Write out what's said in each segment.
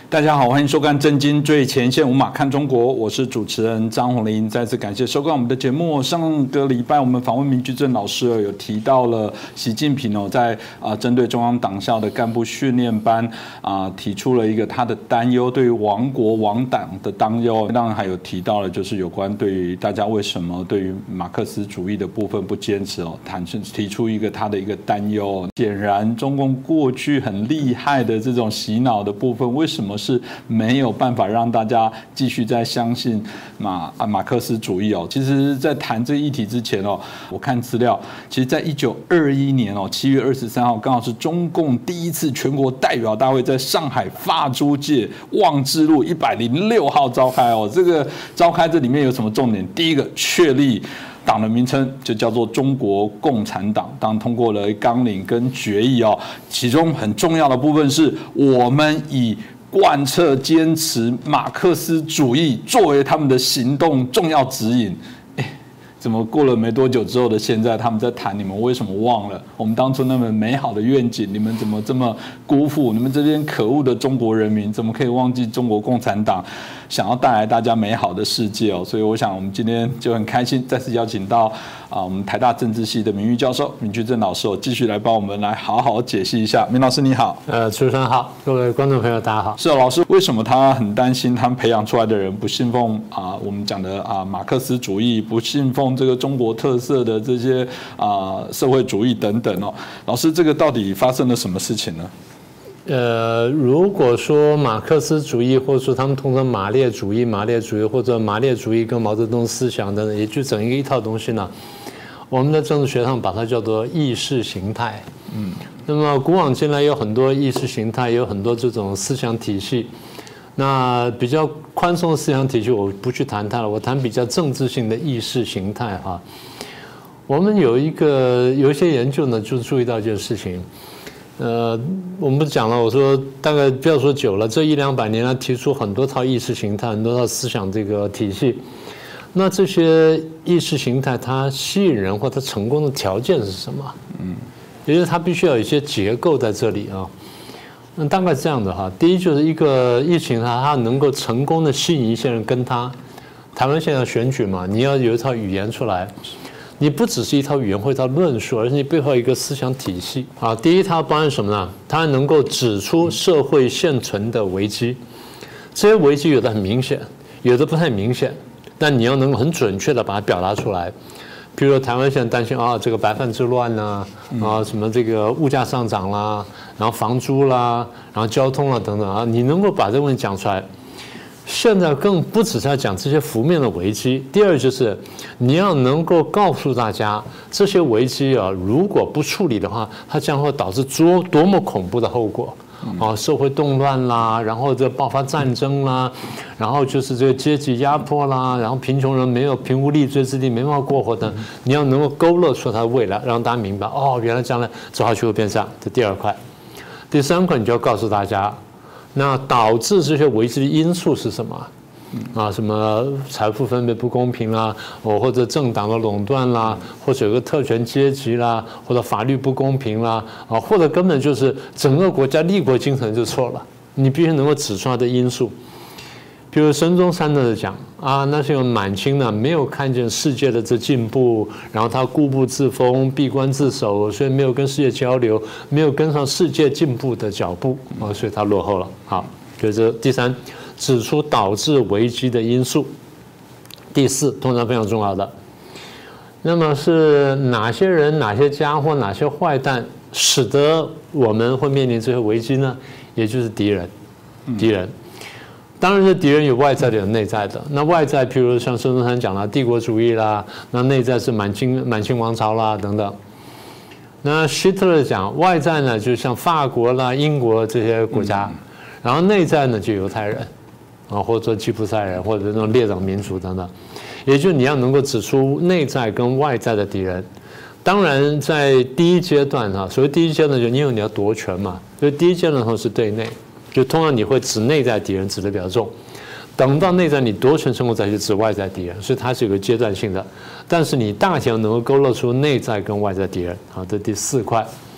大家好，欢迎收看《震惊最前线》，无马看中国，我是主持人张宏林。再次感谢收看我们的节目。上个礼拜我们访问明居正老师有提到了习近平在针对中央党校的干部训练班提出了一个他的担忧，对于亡国亡党的担忧。当然还有提到了就是有关对于大家为什么对于马克思主义的部分不坚持提出一个他的一个担忧。显然中共过去很厉害的这种洗脑的部分，为什么是没有办法让大家继续再相信马克思主义其实在谈这个议题之前我看资料，其实在1921年7月23号刚好是中共第一次全国代表大会在上海发租界望志路106号召开这个召开这里面有什么重点？第一个，确立党的名称就叫做中国共产党，当然通过了纲领跟决议其中很重要的部分是我们以贯彻坚持马克思主义作为他们的行动重要指引。怎么过了没多久之后的现在，他们在谈你们为什么忘了我们当初那么美好的愿景？你们怎么这么辜负你们这边可恶的中国人民？怎么可以忘记中国共产党想要带来大家美好的世界所以我想我们今天就很开心再次邀请到我们台大政治系的名誉教授明居正老师继续来帮我们来好好解析一下。明老师你好。 主持人好，各位观众朋友大家好。 是老师，为什么他很担心他们培养出来的人不信奉我们讲的马克思主义，不信奉这个中国特色的这些社会主义等等老师，这个到底发生了什么事情呢？ 如果说马克思主义，或者说他们通称马列主义，或者马列主义跟毛泽东思想的，也就整一套东西呢，我们在政治学上把它叫做意识形态。那么古往今来有很多意识形态，有很多这种思想体系。那比较宽松的思想体系我不去谈它了，我谈比较政治性的意识形态哈。我们有一些研究呢，就注意到一件事情。我们不是讲了，我说大概不要说久了，这100-200年来提出很多套意识形态，很多套思想这个体系。那这些意识形态它吸引人或它成功的条件是什么？也就是它必须要有一些结构在这里那大概是这样的哈。第一就是一个意识形态，它能够成功的吸引一些人跟它。台湾现在选举嘛，你要有一套语言出来。你不只是一套语言或一套论述，而是你背后一个思想体系第一，它包含什么呢？它能够指出社会现存的危机，这些危机有的很明显，有的不太明显，但你要能够很准确的把它表达出来。比如说台湾现在担心这个白饭之乱啦什么这个物价上涨啦，然后房租啦，然后交通啦等等你能够把这个问题讲出来。现在更不只是要讲这些负面的危机，第二就是你要能够告诉大家这些危机如果不处理的话，它将会导致多么恐怖的后果社会动乱啦，然后这爆发战争啦，然后就是这个阶级压迫啦，然后贫穷人没有贫无立锥之地，没办法过活的，你要能够勾勒出它的未来，让大家明白原来将来走下去会变这样。这第二块，第三块你就要告诉大家。那导致这些危机的因素是什么？什么财富分配不公平啦，或者政党的垄断啦，或者有个特权阶级啦，或者法律不公平啦，或者根本就是整个国家立国精神就错了。你必须能够指出它的因素。比如孙中山的讲那是因为满清呢没有看见世界的这进步，然后他固步自封、闭关自守，所以没有跟世界交流，没有跟上世界进步的脚步所以他落后了。好，就是第三，指出导致危机的因素。第四，通常非常重要的，那么是哪些人、哪些家伙、哪些坏蛋，使得我们会面临这些危机呢？也就是敌人。当然，这敌人有外在的，有内在的。那外在，譬如像孙中山讲了帝国主义啦，那内在是满清王朝啦等等。那希特勒讲外在呢，就像法国啦、英国这些国家，然后内在呢就犹太人或者说吉普赛人，或者那种列长民族等等。也就是你要能够指出内在跟外在的敌人。当然，在第一阶段所谓第一阶段，就因为你要夺权嘛，所以第一阶段是对内。就通常你会指内在敌人指得比较重，等到内在你夺权成功再去指外在敌人，所以它是有个阶段性的。但是你大体上能够勾勒出内在跟外在敌人这第四块。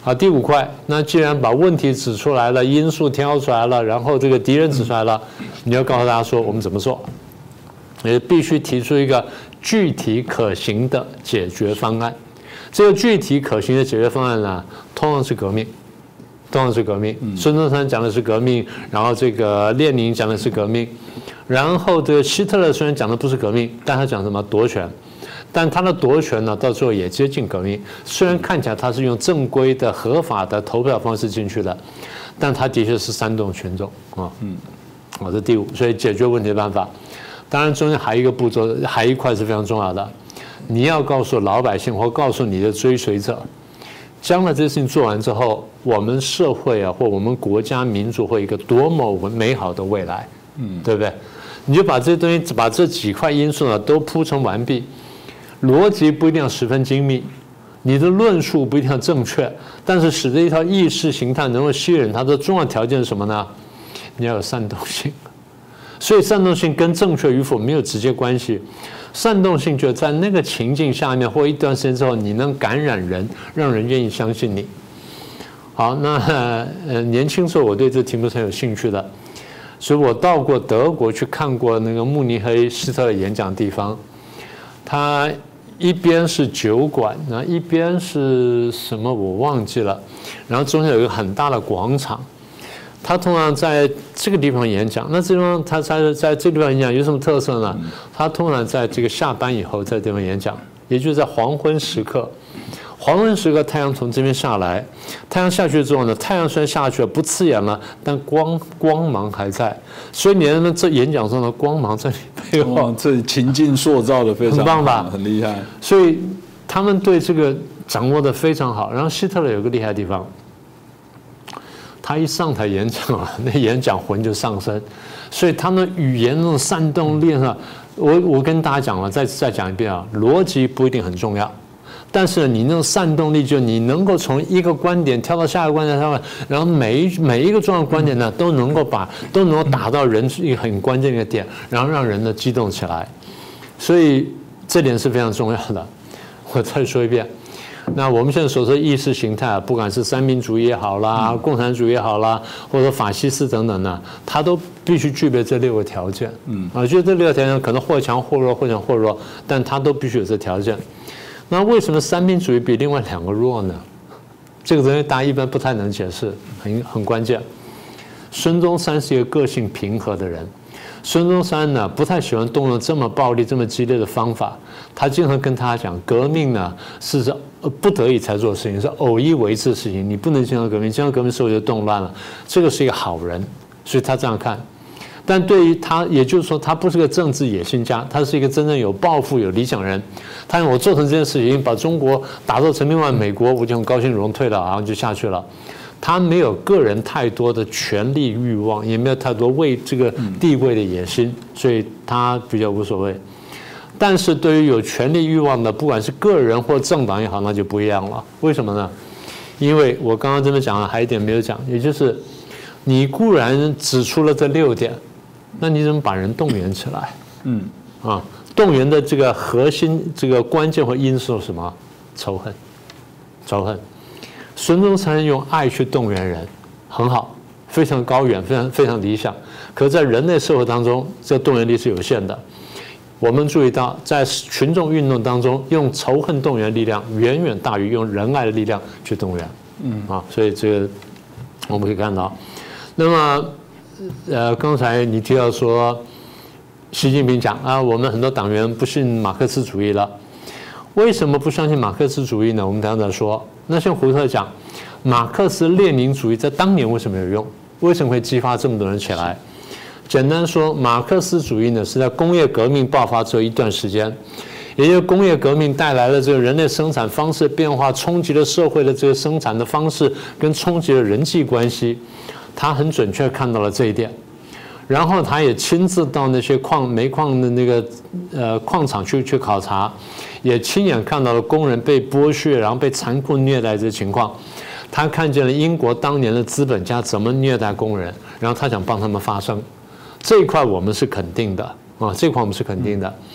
好，第5块，那既然把问题指出来了，因素挑出来了，然后这个敌人指出来了，你要告诉大家说我们怎么做，也必须提出一个具体可行的解决方案。这个具体可行的解决方案呢，通常是革命，通常是革命。孙中山讲的是革命，然后这个列宁讲的是革命，然后这个希特勒虽然讲的不是革命，但他讲什么夺权。但他的夺权呢，到最后也接近革命。虽然看起来他是用正规的、合法的投票方式进去的，但他的确是煽动群众啊。这第5，所以解决问题的办法，当然中间还有一个步骤，还有一块是非常重要的，你要告诉老百姓或告诉你的追随者，将来这事情做完之后，我们社会啊，或我们国家民族会有一个多么美好的未来，对不对？你就把这些东西，把这几块因素呢都铺陈完毕。逻辑不一定要十分精密，你的论述不一定要正确，但是使得一套意识形态能够吸引人，它的重要条件是什么呢？你要有煽动性。所以煽动性跟正确与否没有直接关系，煽动性就在那个情境下面或一段时间之后，你能感染人，让人愿意相信你。好，那年轻时候我对这题目是很有兴趣的，所以我到过德国去看过那个慕尼黑希特勒演讲的地方，他一边是酒馆，然后一边是什么我忘记了，然后中间有一个很大的广场。他通常在这个地方演讲，那这地方他在这个地方演讲有什么特色呢？他通常在这个下班以后在这地方演讲，也就是在黄昏时刻。黄昏时刻，太阳从这边下来，太阳下去之后呢，太阳虽然下去了，不刺眼了，但光芒还在，所以你们这演讲中的光芒在你背后， 这情境塑造的非常很棒吧？ 很厉害。 所以他们对这个掌握的非常好。然后希特勒有个厉害的地方，他一上台演讲啊，那演讲魂就上身，所以他们语言那种煽动力上，我跟大家讲了，再讲一遍啊，逻辑不一定很重要。但是你那种煽动力，就你能够从一个观点跳到下一个观点上面，然后每一个重要观点呢，都能够打到人一个很关键的一个点，然后让人呢激动起来。所以这点是非常重要的。我再说一遍，那我们现在所说的意识形态，不管是三民主义也好啦，共产主义也好啦，或者法西斯等等呢，它都必须具备这6个条件。就这6个条件可能或强或弱，或强或弱，但它都必须有这条件。那为什么三民主义比另外2个弱呢？这个东西大家一般不太能解释，很关键。孙中山是一个个性平和的人，孙中山呢不太喜欢动用这么暴力、这么激烈的方法。他经常跟他讲，革命呢是不得已才做的事情，是偶一为之的事情，你不能经常革命，经常革命社会就动乱了。这个是一个好人，所以他这样看。但对于他，也就是说，他不是个政治野心家，他是一个真正有抱负、有理想人。他说：“我做成这件事情，把中国打造成另外美国，我就很高兴，荣退了，然后就下去了。”他没有个人太多的权力欲望，也没有太多为这个地位的野心，所以他比较无所谓。但是对于有权力欲望的，不管是个人或政党也好，那就不一样了。为什么呢？因为我刚刚这边讲了，还有一点没有讲，也就是你固然指出了这6点。那你怎么把人动员起来？动员的这个核心、这个关键或因素是什么？仇恨，仇恨。孙中山用爱去动员人，很好，非常高远，非常理想。可在人类社会当中，这动员力是有限的。我们注意到，在群众运动当中，用仇恨动员力量远远大于用仁爱的力量去动员。所以这个我们可以看到，那么。刚才你提到说，习近平讲啊，我们很多党员不信马克思主义了。为什么不相信马克思主义呢？我们等一下再说。那像胡特讲，马克思列宁主义在当年为什么有用？为什么会激发这么多人起来？简单说，马克思主义呢是在工业革命爆发之后一段时间，也就是工业革命带来了这个人类生产方式变化，冲击了社会的这个生产的方式，跟冲击了人际关系。他很准确看到了这一点，然后他也亲自到那些煤矿的那个矿场去考察，也亲眼看到了工人被剥削，然后被残酷虐待这情况。他看见了英国当年的资本家怎么虐待工人，然后他想帮他们发声。这一块我们是肯定的啊，这一块我们是肯定的。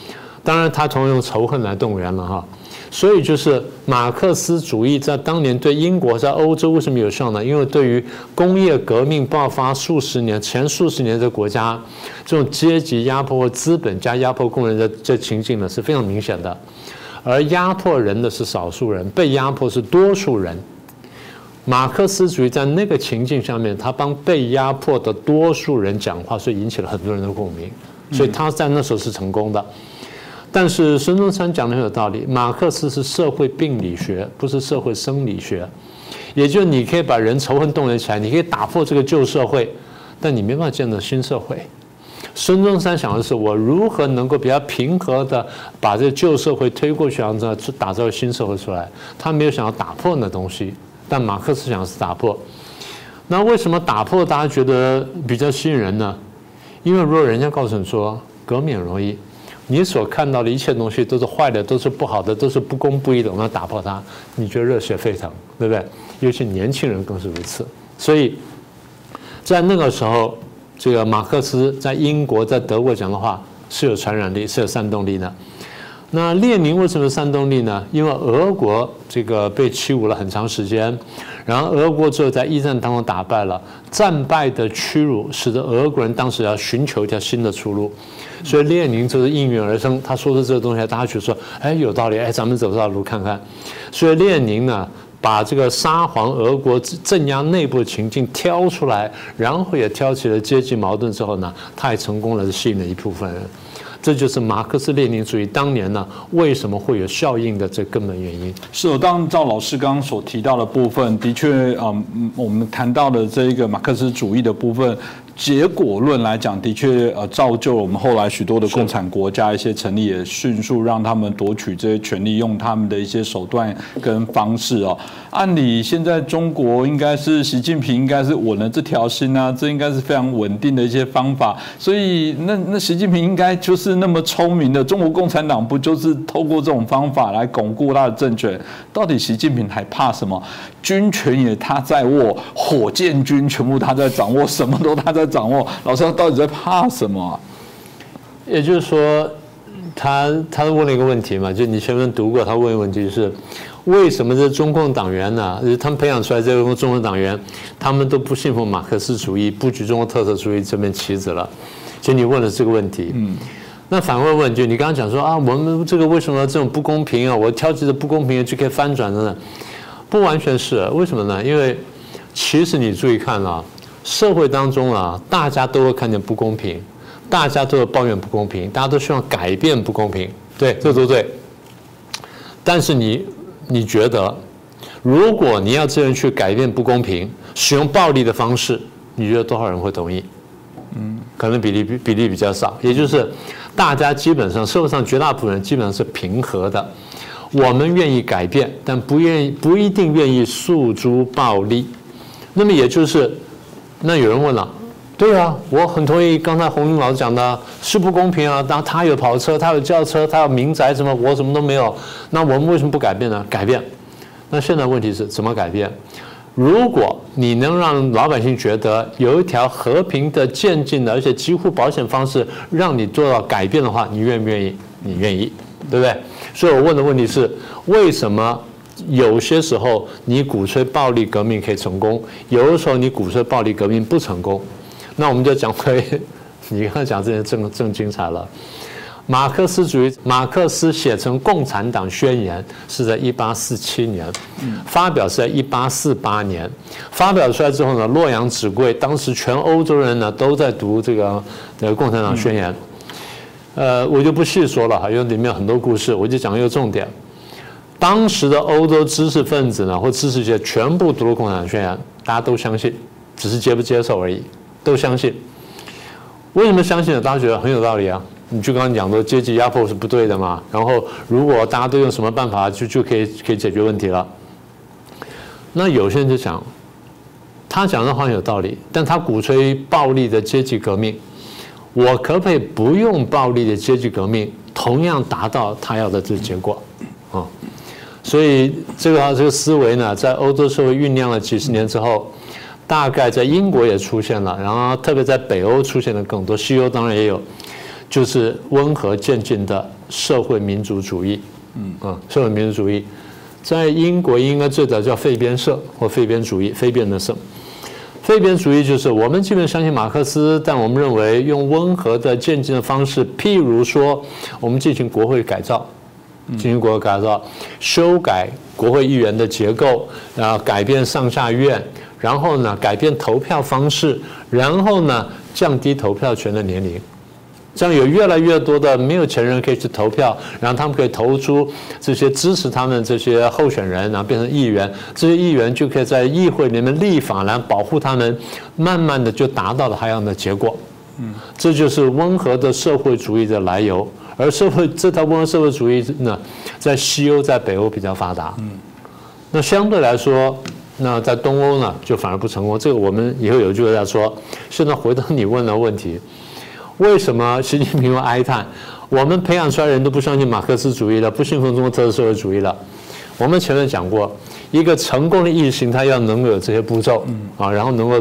当然他同样用仇恨来动员了哈。所以就是马克思主义在当年对英国在欧洲为什么有效呢？因为对于工业革命爆发前数十年的国家，这种阶级压迫或资本加压迫工人的这情境呢是非常明显的。而压迫人的是少数人，被压迫是多数人。马克思主义在那个情境下面，他帮被压迫的多数人讲话，所以引起了很多人的共鸣，所以他在那时候是成功的。但是孙中山讲的很有道理，马克思是社会病理学，不是社会生理学。也就是你可以把人仇恨动员起来，你可以打破这个旧社会，但你没办法建立新社会。孙中山想的是，我如何能够比较平和的把这个旧社会推过去，然后打造新社会出来。他没有想要打破那东西，但马克思想的是打破。那为什么打破大家觉得比较吸引人呢？因为如果人家告诉你说革命很容易，你所看到的一切东西都是坏的，都是不好的，都是不公不义的，我们要打破它，你觉得热血沸腾，对不对？尤其年轻人更是如此。所以在那个时候，这个马克思在英国、在德国讲的话是有传染力，是有煽动力的。那列宁为什么有煽动力呢？因为俄国这个被欺侮了很长时间，然后俄国之后在一战当中打败了，战败的屈辱使得俄国人当时要寻求一条新的出路，所以列宁就是应运而生。他说的这个东西，大家觉得说，哎，有道理，哎，咱们走这条路看看。所以列宁呢，把这个沙皇俄国镇压内部情境挑出来，然后也挑起了阶级矛盾之后呢，他也成功了，吸引了一部分人。这就是马克思列宁主义当年呢为什么会有效应的这根本原因。 是，当然照老师刚刚所提到的部分，的确，我们谈到的这一个马克思主义的部分。结果论来讲，的确造就了我们后来许多的共产国家一些成立，也迅速让他们夺取这些权利，用他们的一些手段跟方式哦。按理现在中国应该是习近平应该是稳了这条心啊，这应该是非常稳定的一些方法。所以那习近平应该就是那么聪明的，中国共产党不就是透过这种方法来巩固他的政权？到底习近平还怕什么？军权也他在握，火箭军全部他在掌握，什么都他在掌握。老师他到底在怕什么啊？ 也就是说，他问了一个问题嘛，就你前面读过，他问的问题就是为什么这中共党员呢？他们培养出来这个中共党员，他们都不信奉马克思主义，不举中国特色主义这面旗子了。就你问了这个问题，那反过问，就你刚刚讲说啊，我们这个为什么这种不公平啊？我挑起的不公平就可以翻转的呢？不完全是，为什么呢？因为其实你注意看啊，社会当中啊，大家都会看见不公平，大家都会抱怨不公平，大家都希望改变不公平，对，这都对。但是你觉得，如果你要这样去改变不公平，使用暴力的方式，你觉得多少人会同意？可能比例比较少，也就是大家基本上社会上绝大部分人基本上是平和的。我们愿意改变，但不一定愿意诉诸暴力。那么也就是，那有人问了，对啊，我很同意刚才洪英老师讲的，是不公平啊。他有跑车，他有轿车，他有民宅，我什么都没有。那我们为什么不改变呢？改变。那现在问题是怎么改变？如果你能让老百姓觉得有一条和平的、渐进的，而且几乎保险方式，让你做到改变的话，你愿不愿意？你愿意，对不对？所以我问的问题是：为什么有些时候你鼓吹暴力革命可以成功，有的时候你鼓吹暴力革命不成功？那我们就讲回你刚才讲这些正精彩了。马克思主义，马克思写成《共产党宣言》是在1847年，发表是在1848年。发表出来之后呢，洛阳纸贵，当时全欧洲人呢都在读这个《共产党宣言》。我就不细说了哈，因为里面有很多故事，我就讲一个重点。当时的欧洲知识分子呢，或知识界全部读了《共产党宣言》，大家都相信，只是接不接受而已，都相信。为什么相信呢？大家觉得很有道理啊。你就刚刚讲的阶级压迫是不对的嘛，然后如果大家都用什么办法就可以解决问题了。那有些人就想，他讲的话有道理，但他鼓吹暴力的阶级革命，我可不可以不用暴力的阶级革命，同样达到他要的这个结果啊？所以这个思维呢，在欧洲社会酝酿了几十年之后，大概在英国也出现了，然后特别在北欧出现了更多，西欧当然也有。就是温和渐进的社会民主主义。社会民主主义，在英国应该最早叫废边社或废边主义，非边的社。废边主义就是我们基本相信马克思，但我们认为用温和的渐进的方式，譬如说我们进行国会改造，修改国会议员的结构，改变上下院，然后呢改变投票方式，然后呢降低投票权的年龄。这样有越来越多的没有钱人可以去投票，然后他们可以投出这些支持他们这些候选人，然后变成议员，这些议员就可以在议会里面立法来保护他们，慢慢的就达到了这样的结果。这就是温和的社会主义的来由。而这套温和社会主义呢，在西欧、在北欧比较发达。那相对来说，那在东欧呢就反而不成功。这个我们以后有机会再说。现在回到你问的问题。为什么习近平会哀叹我们培养出来的人都不相信马克思主义了，不信奉中国特色社会主义了？我们前面讲过，一个成功的意识形态要能够有这些步骤然后能够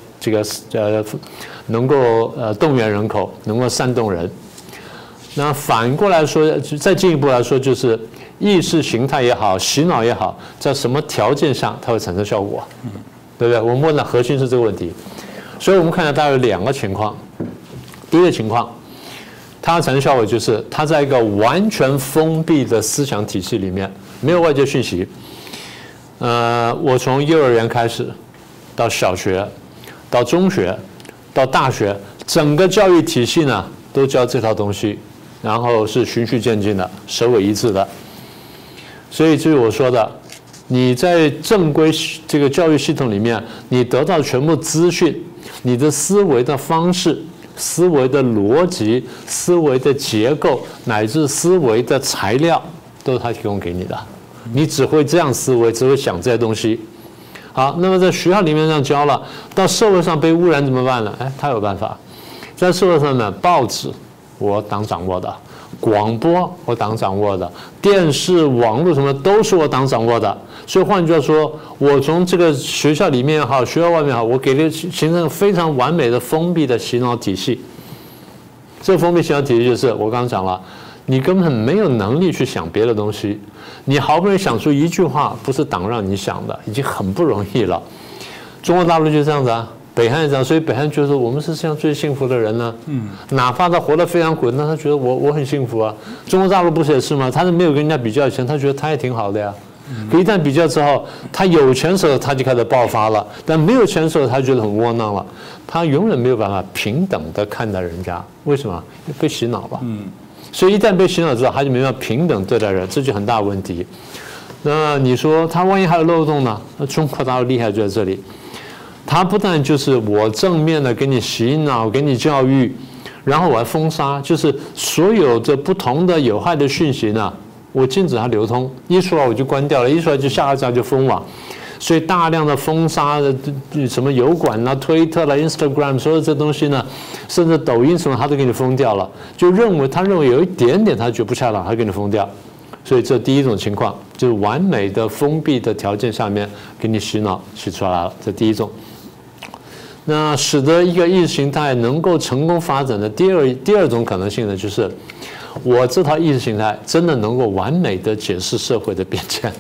能够动员人口，能够煽动人。那反过来说，再进一步来说，就是意识形态也好，洗脑也好，在什么条件下它会产生效果？对不对？我们问的核心是这个问题。所以我们看到大概有2个情况。第一个情况，它产生效果就是它在一个完全封闭的思想体系里面，没有外界讯息。我从幼儿园开始，到小学，到中学，到大学，整个教育体系呢都教这套东西，然后是循序渐进的，首尾一致的。所以就是我说的，你在正规这个教育系统里面，你得到全部资讯，你的思维的方式。思维的逻辑、思维的结构，乃至思维的材料，都是他提供给你的。你只会这样思维，只会想这些东西。好，那么在学校里面这样教了，到社会上被污染怎么办呢？他有办法。在社会上呢，报纸我党掌握的，广播我党掌握的，电视、网络什么都是我党掌握的。所以换句话说，我从这个学校里面也好，学校外面也好，我给它形成非常完美的封闭的洗脑体系。这个封闭洗脑体系就是我刚刚讲了，你根本没有能力去想别的东西，你好不容易想出一句话，不是党让你想的，已经很不容易了。中国大陆就这样子啊。北汉也这样，所以北汉觉得我们是世界上最幸福的人呢。哪怕他活得非常苦，那他觉得我很幸福啊。中国大陆不是也是吗？他是没有跟人家比较以前，他觉得他也挺好的呀。可一旦比较之后，他有钱的时候他就开始爆发了，但没有钱的时候他觉得很窝囊了。他永远没有办法平等的看待人家，为什么？被洗脑了。所以一旦被洗脑之后，他就没办法平等对待人，这就很大的问题。那你说他万一还有漏洞呢？那中国大陆厉害就在这里。它不但就是我正面的给你洗脑、给你教育，然后我还封杀，就是所有的不同的有害的讯息呢，我禁止它流通，一出来我就关掉了，一出来就下一家就封网，所以大量的封杀的什么油管啦、推特啦、Instagram 所有这东西呢，甚至抖音什么，它都给你封掉了，他认为有一点点他觉不恰当，他给你封掉。所以这第一种情况就是完美的封闭的条件下面给你洗脑洗出来了，这第一种。那使得一个意识形态能够成功发展的第二种可能性呢，就是我这套意识形态真的能够完美的解释社会的变迁。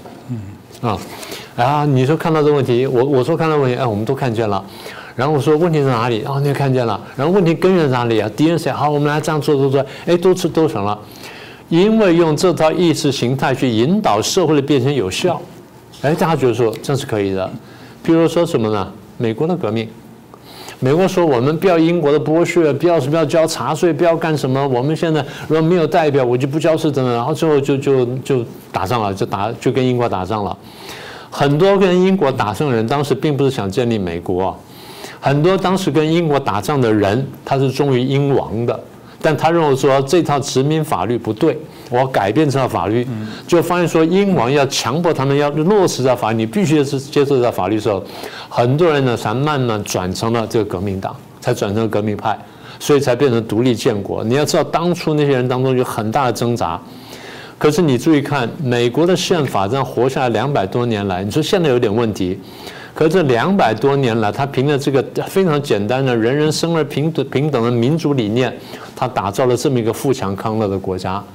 你说看到这个问题，我说看到问题，我们都看见了。然后我说问题在哪里？你看见了。然后问题根源在哪里啊？敌人谁？好，我们来这样做，都成了。因为用这套意识形态去引导社会的变迁有效，大家觉得说这是可以的。譬如说什么呢？美国的革命。美国说我们不要英国的剥削，不要交茶税，不要干什么。我们现在如果没有代表，我就不交税等等。然后最后就打仗了，就跟英国打仗了。很多跟英国打仗的人当时并不是想建立美国，很多当时跟英国打仗的人他是忠于英王的，但他认为说这套殖民法律不对，我要改变这套法律，就发现说英王要强迫他们要落实这套法律，你必须是接受这套法律的时候，很多人呢才慢慢转成了这个革命党，才转成了革命派，所以才变成独立建国。你要知道当初那些人当中有很大的挣扎，可是你注意看美国的宪法这样活下来200多年来，你说现在有点问题，可是这200多年来，他凭着这个非常简单的人人生而平等的民主理念，他打造了这么一个富强康乐的国家。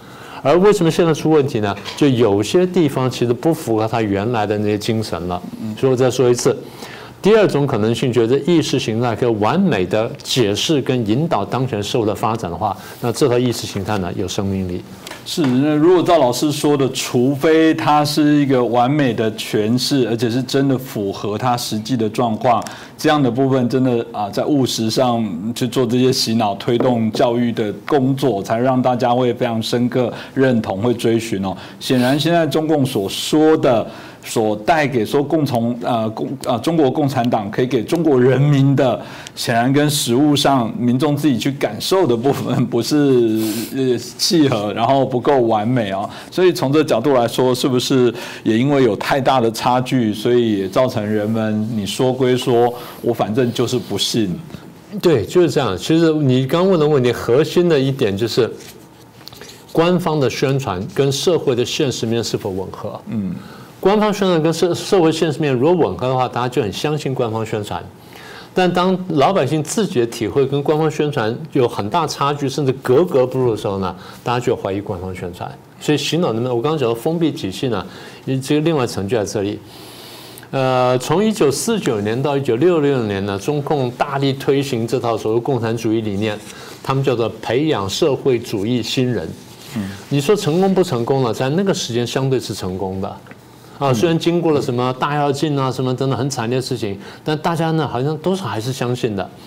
而为什么现在出问题呢？就有些地方其实不符合他原来的那些精神了。所以我再说一次。第二种可能性，觉得意识形态可以完美的解释跟引导当前社会的发展的话，那这套意识形态呢有生命力。 是，如果照老师说的，除非它是一个完美的诠释，而且是真的符合它实际的状况，这样的部分真的在务实上去做这些洗脑、推动教育的工作，才让大家会非常深刻认同、会追寻哦。显然，现在中共所说的。所带给说中国共产党可以给中国人民的，显然跟实务上民众自己去感受的部分不是契合，然后不够完美啊。所以从这角度来说，是不是也因为有太大的差距，所以也造成人们你说归说，我反正就是不信。 对，就是这样。其实你刚问的问题核心的一点就是，官方的宣传跟社会的现实面是否吻合？官方宣传跟社会现实面如果吻合的话，大家就很相信官方宣传。但当老百姓自己的体会跟官方宣传有很大差距，甚至格格不入的时候呢，大家就怀疑官方宣传。所以洗脑我刚刚讲的封闭体系呢，这个另外程序在这里。从1949年到1966年呢，中共大力推行这套所谓共产主义理念，他们叫做培养社会主义新人。你说成功不成功呢？在那个时间相对是成功的。虽然经过了什么大跃进什么等等很惨烈的事情，但大家呢好像都是还是相信的。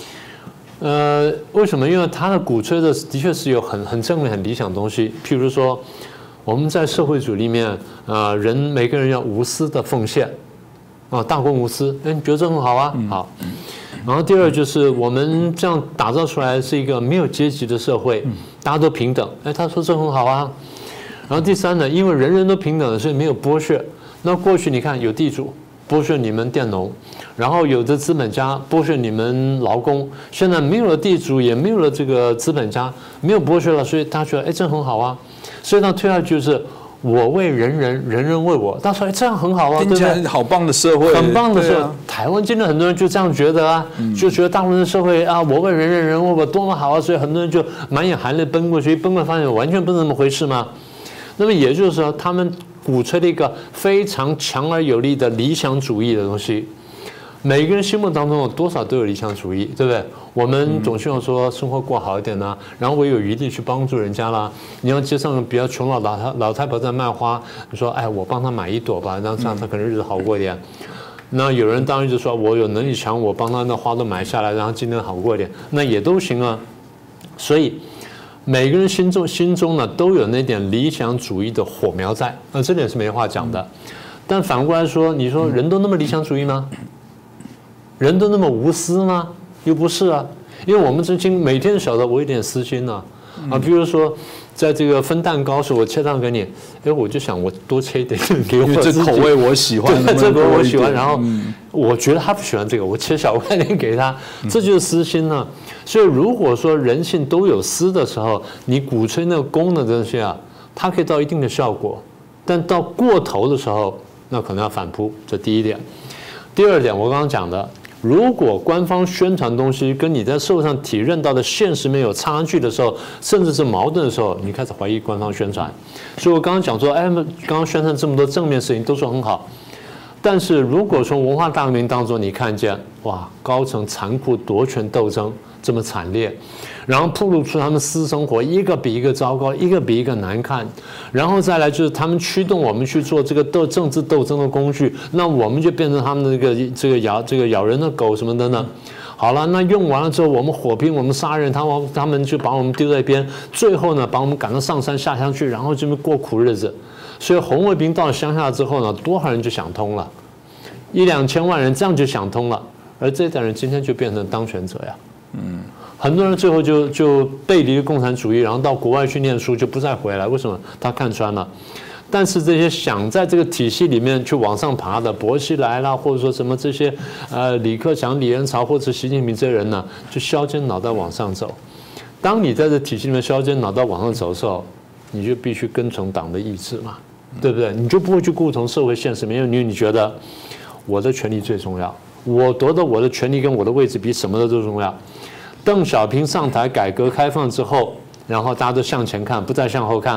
为什么？因为他的鼓吹的确是有很正面、很理想的东西。譬如说，我们在社会主义里面，每个人要无私的奉献，大公无私，你觉得这很好啊？好。然后第二就是我们这样打造出来是一个没有阶级的社会，大家都平等。他说这很好啊。然后第三呢，因为人人都平等的，所以没有剥削。那过去你看有地主剥削你们佃农，然后有的资本家剥削你们劳工，现在没有了地主，也没有了这个资本家，没有剥削了，所以他觉得这很好啊。所以他推下去就是我为人人，人人为我。他说这样很好啊， 听起来好棒的社会， 很棒的社会。台湾今天很多人就这样觉得啊，就觉得大陆的社会我为人人，人为我多么好啊，所以很多人就满眼含泪奔过去，奔过来发现完全不是那么回事嘛。那么也就是说，他们鼓吹了一个非常强而有力的理想主义的东西。每个人心目当中多少都有理想主义，对不对？我们总希望说生活过好一点啦，然后我有余力去帮助人家啦。你要街上比较穷老太婆在卖花，你说我帮她买一朵吧，然后这样她可能日子好过一点。那有人当然就说我有能力强，我帮她那花都买下来，然后今天好过一点，那也都行啊。所以。每个人心中呢都有那点理想主义的火苗在，这点是没话讲的。但反过来说，你说人都那么理想主义吗？人都那么无私吗？又不是啊，因为我们每天晓得我有点私心呢。比如说，在这个分蛋糕时，我切蛋给你，我就想我多切一点给我自己， 这口味我喜欢， 对，这口味我喜欢，然后我觉得他不喜欢这个，我切小块点给他，这就是私心呢。所以如果说人性都有私的时候，你鼓吹那个公的东西它可以到一定的效果，但到过头的时候，那可能要反扑。这第一点。第二点，我刚刚讲的。如果官方宣传东西跟你在社会上体认到的现实面有差距的时候，甚至是矛盾的时候，你开始怀疑官方宣传。所以我刚刚讲说，刚刚宣传这么多正面事情都说很好，但是如果从文化大革命当中你看见高层残酷夺权斗争这么惨烈，然后暴露出他们私生活一个比一个糟糕，一个比一个难看，然后再来就是他们驱动我们去做这个政治斗争的工具，那我们就变成他们的这个咬人的狗什么的呢？好了，那用完了之后，我们火拼，我们杀人，他们就把我们丢在一边，最后呢，把我们赶到上山下乡去，然后就过苦日子。所以红卫兵到了乡下之后呢，多少人就想通了，1-2千万人这样就想通了，而这代人今天就变成当权者呀。很多人最后就背离了共产主义，然后到国外去念书，就不再回来。为什么？他看穿了。但是这些想在这个体系里面去往上爬的，薄熙来啦，或者说什么这些李克强、李元朝或者习近平这些人呢，就削尖脑袋往上走。当你在这体系里面削尖脑袋往上走的时候，你就必须跟从党的意志嘛，对不对？你就不会去顾从社会现实面，因为你觉得我的权利最重要，我夺得我的权利跟我的位置比什么的都重要。邓小平上台改革开放之后，然后大家都向前看，不再向后看了。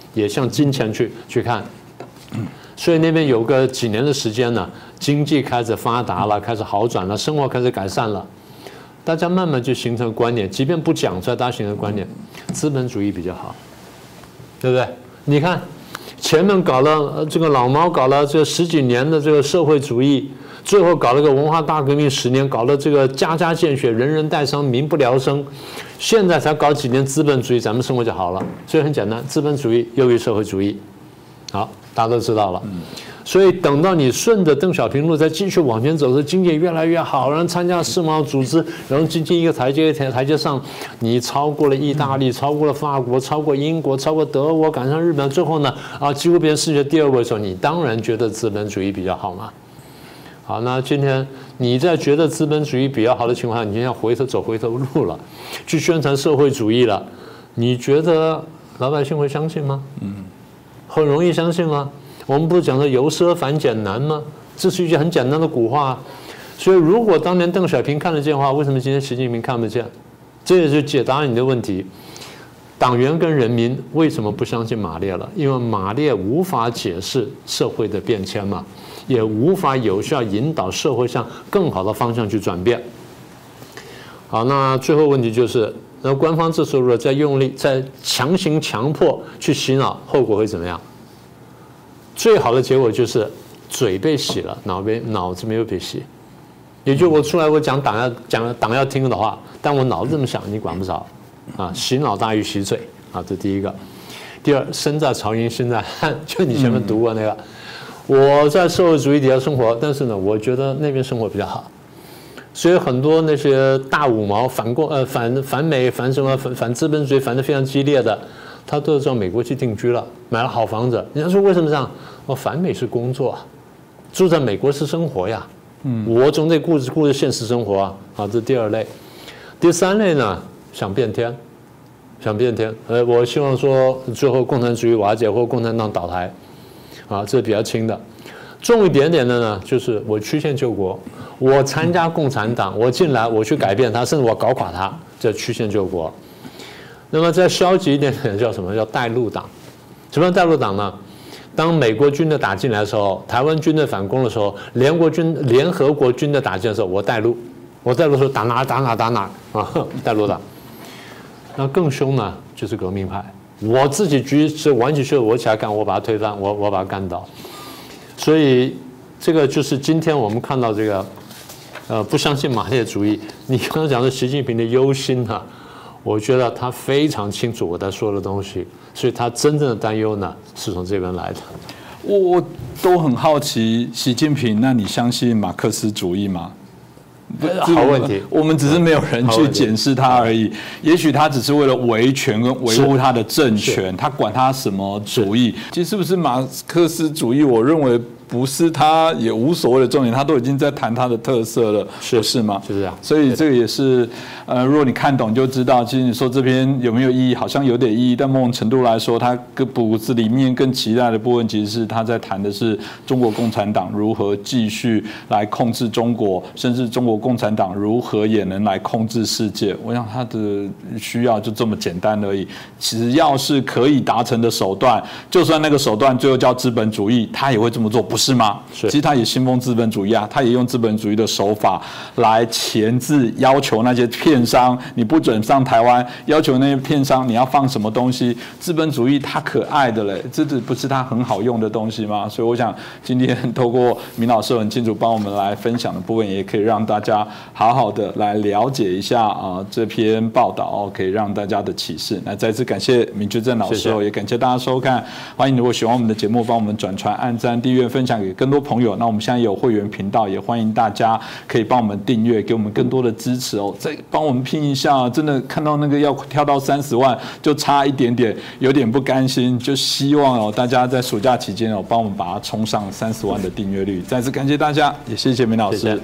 也向金钱去看。所以那边有个几年的时间呢，经济开始发达了，开始好转了，生活开始改善了，大家慢慢就形成观念，即便不讲出来，大家形成观念，资本主义比较好，对不对？你看前面搞了这个老毛搞了这10几年的这个社会主义，最后搞了个文化大革命10年，搞了这个家家见血，人人带伤，民不聊生，现在才搞几年资本主义，咱们生活就好了。所以很简单，资本主义优于社会主义。好，大家都知道了。所以等到你顺着邓小平路再继续往前走的时候，经济越来越好，然后参加世贸组织，然后经济一个台阶上，你超过了意大利，超过了法国，超过英国，超过德国，赶上日本，最后呢几乎变成世界第2位的时候，你当然觉得资本主义比较好嘛。好，那今天你在觉得资本主义比较好的情况下，你今天要走回头路了，去宣传社会主义了，你觉得老百姓会相信吗？很容易相信吗？我们不是讲说由奢反俭难吗？这是一句很简单的古话。所以如果当年邓小平看得见的话，为什么今天习近平看不见？这也就解答你的问题。党员跟人民为什么不相信马列了？因为马列无法解释社会的变迁嘛，也无法有效引导社会向更好的方向去转变。好，那最后问题就是，那官方这时候如果再用力、再强行强迫去洗脑，后果会怎么样？最好的结果就是嘴被洗了，脑子没有被洗。也就我出来我讲党要听的话，但我脑子这么想，你管不着啊。洗脑大于洗嘴啊，这第一个。第二，身在曹营心在汉，就你前面读过那个。我在社会主义底下生活，但是呢，我觉得那边生活比较好。所以很多那些大五毛反美反什么反资本主义反得非常激烈的，他都到美国去定居了，买了好房子。人家说为什么这样？反美是工作啊，住在美国是生活呀。我总得顾着现实生活啊。好，这第2类。第3类呢，想变天。我希望说最后共产主义瓦解或共产党倒台，啊，这比较轻的。重一点点的呢，就是我曲线救国，我参加共产党，我进来，我去改变它，甚至我搞垮它，这曲线救国。那么再消极一点点叫什么？叫带路党。什么叫带路党呢？当美国军队打进来的时候，台湾军队反攻的时候，联合国军队打进来的时候，我带路说打哪啊，带路党。那更凶呢，就是革命派。我自己玩起去，我起来干，我把它推翻，我把它干倒。所以这个就是今天我们看到这个不相信马列主义。你刚刚讲的习近平的忧心啊，我觉得他非常清楚我在说的东西，所以他真正的担忧呢是从这边来的。 我都很好奇，习近平，那你相信马克思主义吗？ 好问题， 我们只是没有人去检视他而已。也许他只是为了维权跟维护他的政权，他管他什么主义。其实是不是马克思主义？我认为不是，他也无所谓的重点，他都已经在谈他的特色了，是吗？ 是这样。 所以这个也是，如果你看懂就知道，其实你说这篇有没有意义，好像有点意义，但某种程度来说，他骨子里面更期待的部分，其实是他在谈的是中国共产党如何继续来控制中国，甚至中国共产党如何也能来控制世界。我想他的需要就这么简单而已。只要是可以达成的手段，就算那个手段最后叫资本主义，他也会这么做，不是吗？其实他也信奉资本主义啊，他也用资本主义的手法来钳制，要求那些片商你不准上台湾，要求那些片商你要放什么东西。资本主义它可爱的嘞，这不是它很好用的东西吗？所以我想今天透过明老师很清楚帮我们来分享的部分，也可以让大家好好的来了解一下这篇报道可以让大家的启示。那再次感谢明居正老师也感谢大家收看。欢迎如果喜欢我们的节目，帮我们转传、按赞、订阅、分享给更多朋友。那我们现在有会员频道，也欢迎大家可以帮我们订阅，给我们更多的支持再帮我们拼一下。真的看到那个要跳到30万，就差一点点，有点不甘心，就希望大家在暑假期间帮我们把它冲上30万的订阅率。再次感谢大家，也谢谢明老师。谢谢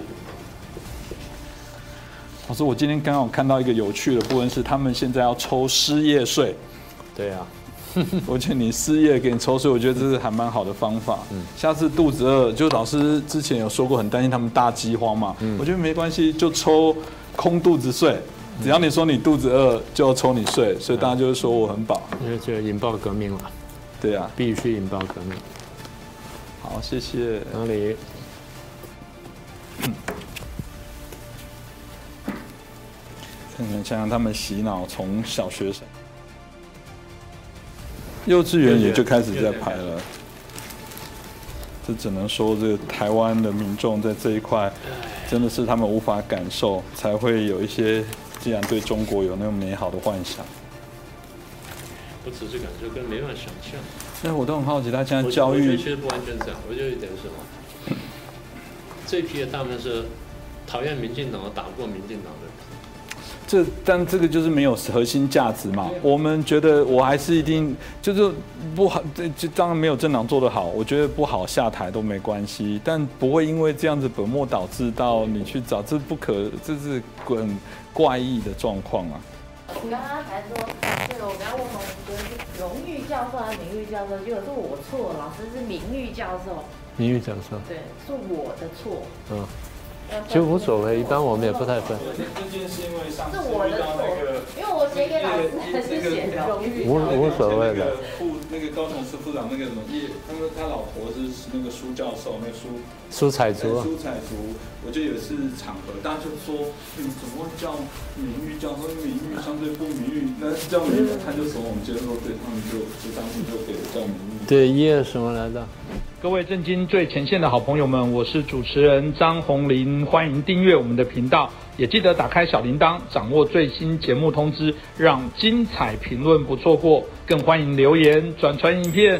老师，我今天刚好看到一个有趣的部分是，他们现在要抽失业税。 对啊。 我觉得你失业给你抽税，我觉得这是还蛮好的方法。下次肚子饿，就老师之前有说过，很担心他们大饥荒嘛。我觉得没关系，就抽空肚子税，只要你说你肚子饿，就抽你税，所以大家就会说我很饱。 因为就引爆革命了。 对啊， 必须引爆革命。 好，谢谢。 哪里？ 看看想想他们洗脑，从小学生、幼稚园也就开始在拍了。这只能说，这个台湾的民众在这一块，真的是他们无法感受，才会有一些，既然对中国有那么美好的幻想。 不只是感受，更没办法想象。 那我都很好奇，他现在教育其实不完全这样。我觉得一点是什么？这批的他们是讨厌民进党，打不过民进党的。 但这个就是没有核心价值嘛。我们觉得我还是一定就是不好，就当然没有政党做得好，我觉得不好下台都没关系，但不会因为这样子本末倒置到你去找，这是很怪异的状况啊。 我刚刚才说，这个我刚刚问洪哥是荣誉教授还是名誉教授，结果是我错，老师是名誉教授。 名誉教授。 对，是我的错。 嗯。其实无所谓，一般我们也不太分。 这件是因为上次是我的错，因为我写给老师还是写荣誉。 无所谓的。 那个高雄市副长那个什么他老婆是那个苏教授，那个苏彩竹。 苏彩竹，我记得有一次场合，大家就说你怎么会叫名誉教授？名誉相对不名誉，那叫名誉，他就从我们接受对他们就当时就给了叫名誉。 对，耶什么来的？ 各位震惊最前线的好朋友们，我是主持人张宏林，欢迎订阅我们的频道，也记得打开小铃铛，掌握最新节目通知，让精彩评论不错过，更欢迎留言转传影片。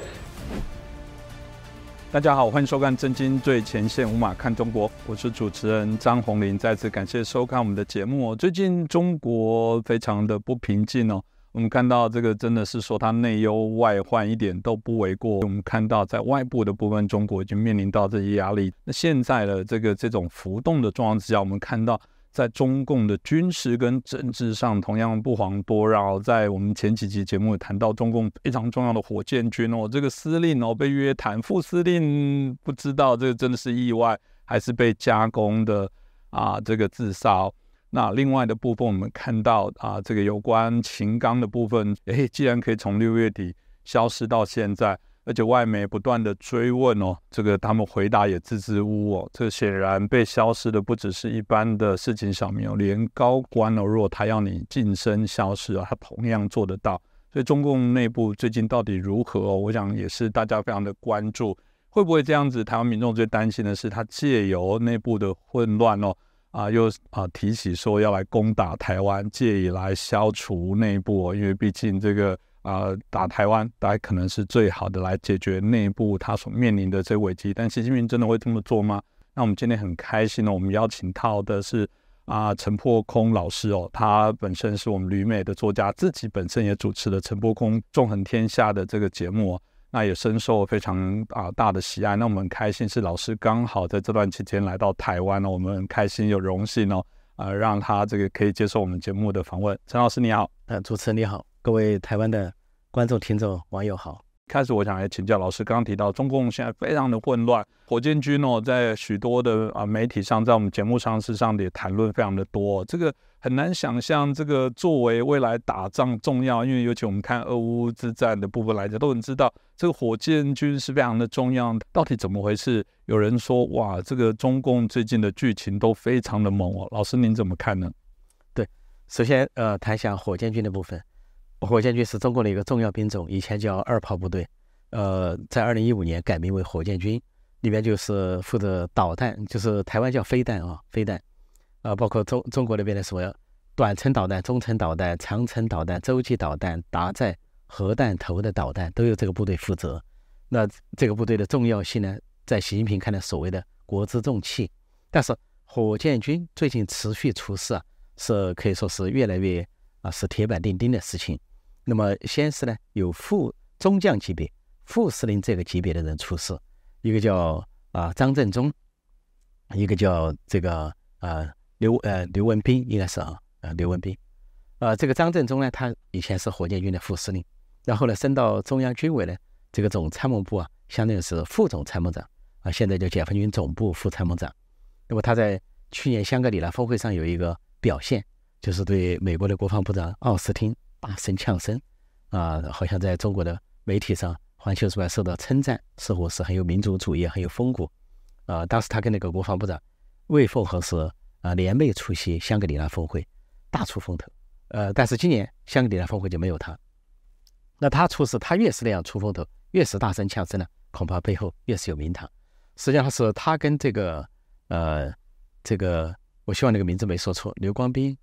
大家好，欢迎收看震惊最前线无马看中国，我是主持人张宏林，再次感谢收看我们的节目。最近中国非常的不平静哦。我们看到这个真的是说它内忧外患一点都不为过。我们看到在外部的部分，中国已经面临到这些压力。那现在的这种浮动的状况之下，我们看到在中共的军事跟政治上同样不遑多让。在我们前几集节目也谈到中共非常重要的火箭军哦，这个司令哦被约谈，副司令不知道这个真的是意外还是被加工的这个自杀哦。那另外的部分，我们看到这个有关秦刚的部分，既然可以从6月底消失到现在，而且外媒不断的追问哦，这个他们回答也支支吾吾哦，这显然被消失的不只是一般的市井小民哦，连高官哦，如果他要你晋升消失他同样做得到。所以中共内部最近到底如何哦，我想也是大家非常的关注，会不会这样子？台湾民众最担心的是，他借由内部的混乱哦。又提起说要来攻打台湾，借以来消除内部哦，因为毕竟这个打台湾，大概可能是最好的来解决内部他所面临的这危机。但习近平真的会这么做吗？那我们今天很开心哦，我们邀请到的是陈破空老师哦，他本身是我们旅美的作家，自己本身也主持了陈破空纵横天下的这个节目哦。那也深受非常大的喜爱。那我们很开心是老师刚好在这段期间来到台湾哦，我们很开心有荣幸哦，让他这个可以接受我们节目的访问。陈老师你好。 主持人你好，各位台湾的观众、听众、网友好。 开始我想来请教老师，刚刚提到中共现在非常的混乱，火箭军哦，在许多的媒体上，在我们节目上事实上也谈论非常的多，这个很难想象，这个作为未来打仗重要，因为尤其我们看俄乌之战的部分来讲，都很知道这个火箭军是非常的重要，到底怎么回事？有人说哇，这个中共最近的剧情都非常的猛哦，老师您怎么看呢？ 对，首先谈一下火箭军的部分。火箭军是中国的一个重要兵种，以前叫2炮部队，在2015年改名为火箭军，里面就是负责导弹，就是台湾叫飞弹飞弹，包括中国那边的什么短程导弹、中程导弹、长程导弹、洲际导弹、搭载核弹头的导弹都由这个部队负责。那这个部队的重要性呢，在习近平看来所谓的国之重器，但是火箭军最近持续出事是可以说是越来越是铁板钉钉的事情。那么先是呢，有副中将级别、副司令这个级别的人出事，一个叫张振中，一个叫这个刘文彬，应该是刘文彬。这个张振中呢，他以前是火箭军的副司令，然后呢升到中央军委呢这个总参谋部相当于是副总参谋长现在叫解放军总部副参谋长。那么他在去年香格里拉峰会上有一个表现，就是对美国的国防部长奥斯汀大声呛声好像在中国的媒体上环球时报受到称赞，似乎是很有民族主义，很有风骨。当时他跟那个国防部长魏凤和是联袂出席香格里拉峰会，大出风头。但是今年香格里拉峰会就没有他。那他出事，他越是那样出风头，越是大声呛声呢，恐怕背后越是有名堂。实际上是他跟这个我希望那个名字没说错，刘光斌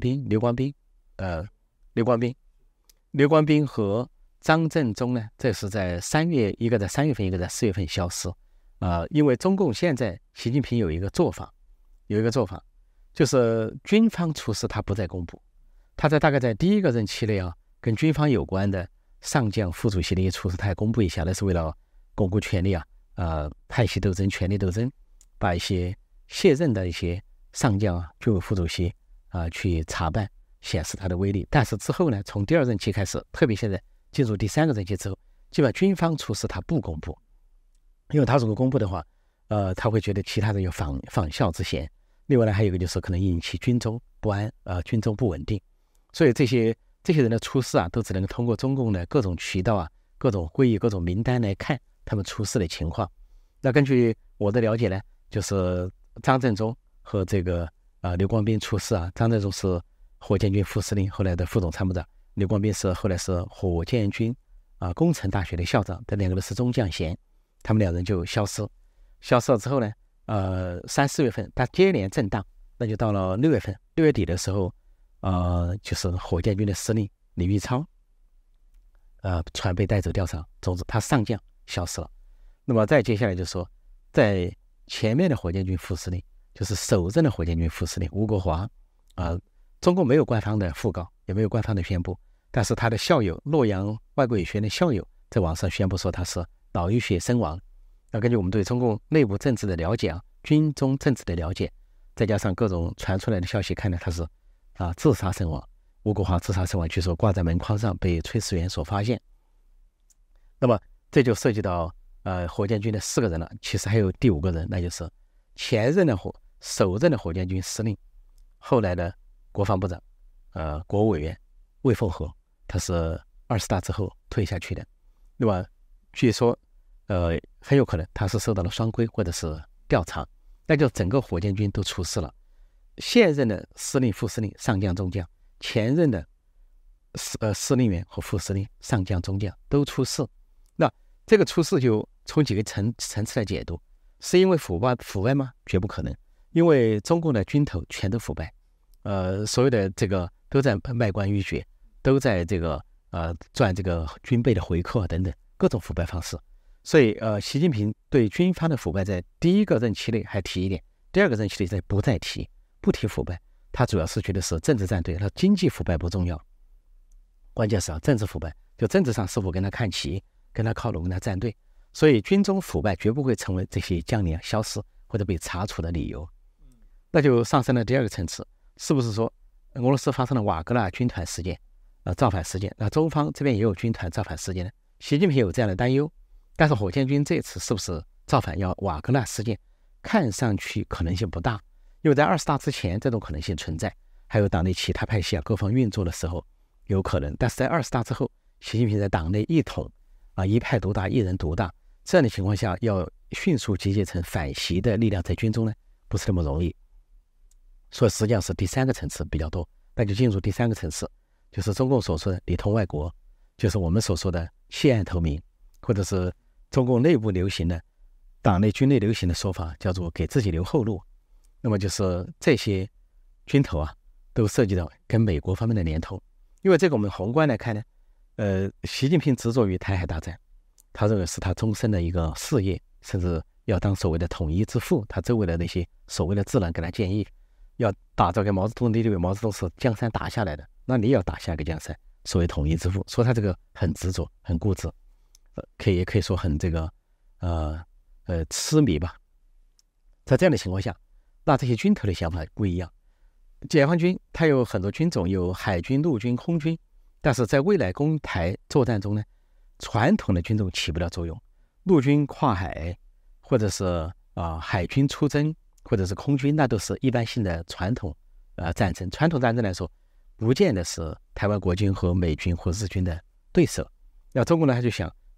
和张振中呢，这是在3月，一个在3月份，一个在4月份消失。因为中共现在习近平有一个做法，就是军方出事他不再公布，他大概在第一个任期内跟军方有关的上将、副主席的一些出事，他也公布一下，那是为了巩固权力派系斗争、权力斗争，把一些卸任的一些上将、军委副主席去查办，显示他的威力。但是之后呢，从第2任期开始，特别现在进入第3个任期之后，基本上军方出事他不公布，因为他如果公布的话，他会觉得其他人有仿效之嫌。另外呢，还有一个就是可能引起军中不安，军中不稳定。所以这些人的出事都只能通过中共的各种渠道各种会议、各种名单来看他们出事的情况。那根据我的了解呢，就是张振中和这个刘光斌出事张振中是火箭军副司令，后来的副总参谋长；刘光斌后来是火箭军工程大学的校长，这2个人是中将衔，他们2人就消失了之后呢，3、4月份他接连震荡，那就到了6月份，6月底的时候，就是火箭军的司令李玉超，船被带走调查，总之他上将消失了。那么再接下来就说，在前面的火箭军副司令，就是首任的火箭军副司令吴国华，中共没有官方的讣告，也没有官方的宣布，但是他的校友，洛阳外国语学院的校友在网上宣布说他是脑溢血身亡。那根据我们对中共内部政治的了解军中政治的了解，再加上各种传出来的消息看呢，他是自杀身亡。吴国华自杀身亡，据说挂在门框上被炊事员所发现。那么这就涉及到火箭军的4个人了，其实还有第5个人，那就是前任的首任的火箭军司令，后来的国防部长国务委员魏凤和，他是20大之后退下去的。那么据说很有可能他是受到了双规或者是调查，那就整个火箭军都出事了。现任的司令、副司令、上将、中将，前任的司令员和副司令、上将、中将都出事。那这个出事就从几个层次来解读，是因为腐败吗？绝不可能，因为中共的军头全都腐败，所有的这个都在卖官鬻爵，都在这个赚这个军备的回扣等等各种腐败方式。所以习近平对军方的腐败在第1个任期内还提一点，第2个任期内不提腐败。他主要是觉得是政治站队，他经济腐败不重要，关键是政治腐败，就政治上是否跟他看齐，跟他靠拢，跟他站队。所以军中腐败绝不会成为这些将领消失或者被查处的理由。那就上升了第2个层次，是不是说俄罗斯发生了瓦格纳军团事件造反事件，那中方这边也有军团造反事件呢？习近平有这样的担忧，但是火箭军这次是不是造反要瓦格纳事件，看上去可能性不大，因为在20大之前这种可能性存在，还有党内其他派系各方运作的时候有可能，但是在20大之后，习近平在党内一统一派独大，一人独大，这样的情况下要迅速集结成反习的力量在军中呢，不是那么容易。所以实际上是第3个层次比较多，那就进入第3个层次，就是中共所说的里通外国，就是我们所说的弃暗投明，或者是中共内部流行的党内军内流行的说法叫做给自己留后路。那么就是这些军头都涉及到跟美国方面的联通。因为这个我们宏观来看呢，习近平执着于台海大战，他认为是他终身的一个事业，甚至要当所谓的统一之父。他周围的那些所谓的智囊给他建议，要打造给毛泽东的，因为毛泽东是江山打下来的，那你也要打下一个江山，所谓统一之父。说他这个很执着，很固执，也可以说很这个痴迷吧。在这样的情况下，那这些军头的想法不一样。解放军它有很多军种，有海军、陆军、空军，但是在未来攻台作战中呢，传统的军种起不了作用。陆军跨海，或者是海军出征，或者是空军，那都是一般性的传统战争。传统战争来说，不见得是台湾国军和美军或日军的对手。那中国呢，他就想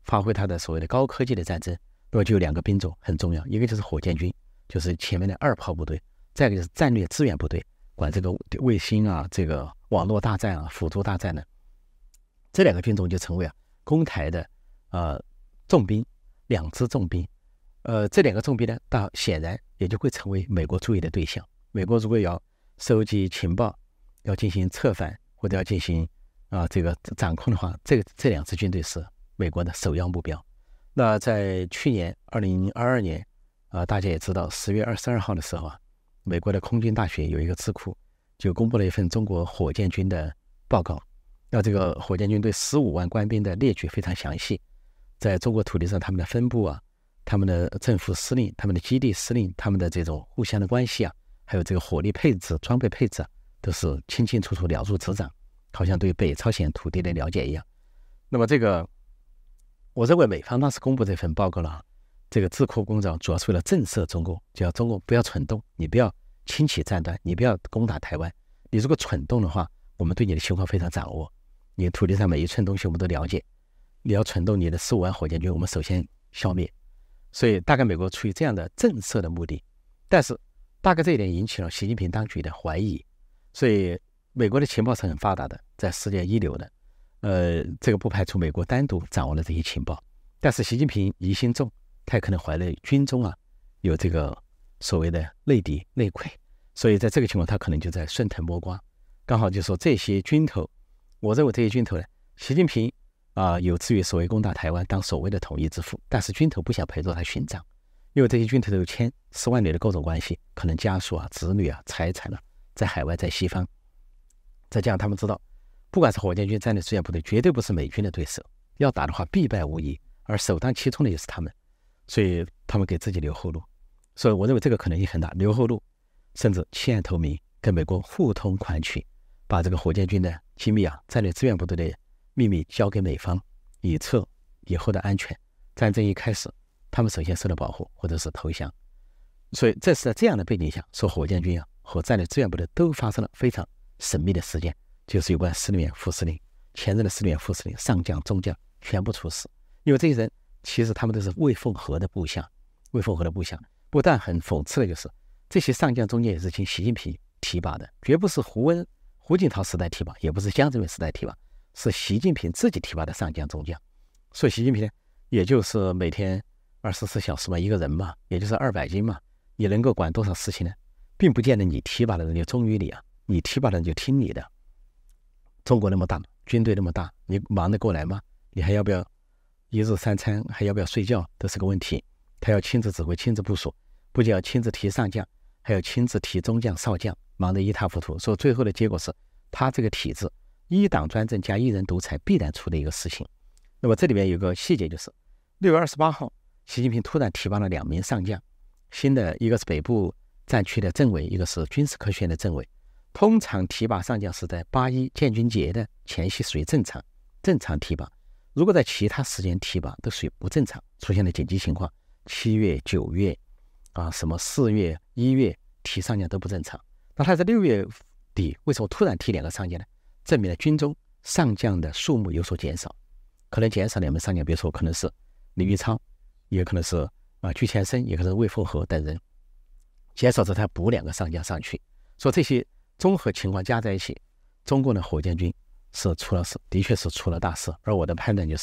发挥它的所谓的高科技的战争，那么就有2个兵种很重要，一个就是火箭军，就是前面的2炮部队，再一个就是战略支援部队，管这个卫星啊、这个网络大战啊、辅助大战的。这2个军种就成为攻台的重兵，2支重兵。这2个重兵呢，显然也就会成为美国注意的对象。美国如果要收集情报，要进行策反或者要进行这个掌控的话，这2支军队是美国的首要目标。那在去年2022年大家也知道10月22号的时候美国的空军大学有一个智库就公布了一份中国火箭军的报告。那这个火箭军对15万官兵的列举非常详细，在中国土地上他们的分布他们的政府司令、他们的基地司令、他们的这种互相的关系还有这个火力配置、装备配置都是清清楚楚了如指掌，好像对北朝鲜土地的了解一样。那么这个我认为美方当时公布这份报告这个智库工作主要是为了震慑中共，就要中共不要蠢动，你不要轻启战端，你不要攻打台湾，你如果蠢动的话，我们对你的情况非常掌握，你土地上每一寸东西我们都了解，你要蠢动你的15万火箭军，我们首先消灭。所以大概美国出于这样的震慑的目的，但是大概这一点引起了习近平当局的怀疑。所以美国的情报是很发达的，在世界一流的，这个不排除美国单独掌握了这些情报，但是习近平疑心重，他也可能怀疑军中有这个所谓的内敌内溃，所以在这个情况他可能就在顺藤摸瓜。刚好就说这些军头，我认为这些军头呢，习近平有志于所谓攻打台湾，当所谓的统一之父，但是军头不想陪着他寻账，因为这些军头都有千丝万缕的各种关系，可能家属子女财产在海外在西方，再加上他们知道不管是火箭军战略支援部队绝对不是美军的对手，要打的话必败无疑，而首当其冲的也是他们，所以他们给自己留后路。所以我认为这个可能性很大，留后路，甚至弃暗投明，跟美国互通款曲，把这个火箭军的机密战略支援部队的秘密交给美方，以测以后的安全。战争一开始，他们首先受到保护或者是投降。所以这是在这样的背景下，说火箭军和战略支援部队都发生了非常神秘的事件，就是有关司令员、副司令、前任的司令员、副司令、上将、中将全部处死。因为这些人其实他们都是魏凤和的部下，不但很讽刺的就是这些上将中间也是经习近平提拔的，绝不是胡锦涛时代提拔，也不是江泽民时代提拔，是习近平自己提拔的上将中将。所以习近平呢，也就是每天24小时一个人也就是200斤你能够管多少事情呢？并不见得你提拔的人就忠于你你提拔的人就听你的。中国那么大，军队那么大，你忙得过来吗？你还要不要一日3餐，还要不要睡觉，都是个问题。他要亲自指挥、亲自部署，不仅要亲自提上将，还要亲自提中将、少将，忙得一塌糊涂。所以最后的结果是，他这个体制一党专政加一人独裁必然出的一个事情。那么这里面有个细节，就是6月28号，习近平突然提拔了2名上将，新的一个是北部战区的政委，一个是军事科学院的政委。通常提拔上将是在8·1建军节的前夕，属于正常提拔。如果在其他时间提拔，都属于不正常，出现了紧急情况，7月、9月什么4月、1月提上将都不正常。那他在6月底为什么突然提2个上将呢？证明了军中上将的数目有所减少，可能减少2名上将，比如说可能是李玉超，也可能是居前生，也可能是魏凤和等人，减少之后他补2个上将上去。所以这些综合情况加在一起，中共的火箭军的确是出了大事。而我的判断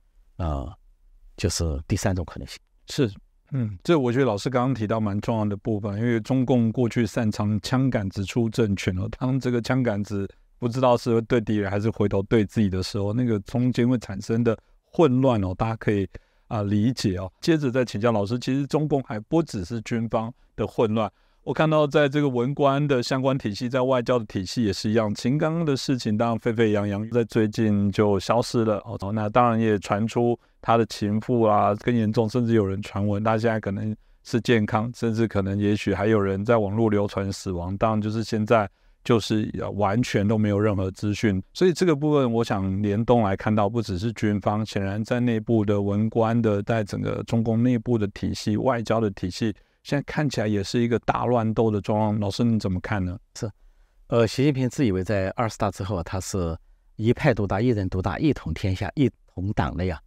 就是第3种可能性是。这我觉得老师刚刚提到蛮重要的部分，因为中共过去擅长枪杆子出政权当这个枪杆子不知道是对敌人还是回头对自己的时候，那个中间会产生的混乱大家可以理解接着再请教老师，其实中共还不只是军方的混乱，我看到在这个文官的相关体系，在外交的体系也是一样。秦刚的事情当然沸沸扬扬，在最近就消失了那当然也传出他的情妇更严重，甚至有人传闻他现在可能是健康，甚至可能也许还有人在网络流传死亡。当然就是现在就是完全都没有任何资讯，所以这个部分我想联动来看到，不只是军方，显然在内部的文官的，在整个中共内部的体系、外交的体系，现在看起来也是一个大乱斗的状况。老师你怎么看呢？ 是，习近平自以为在20大之后他是一派独大、一人独大、一统天下、一统党内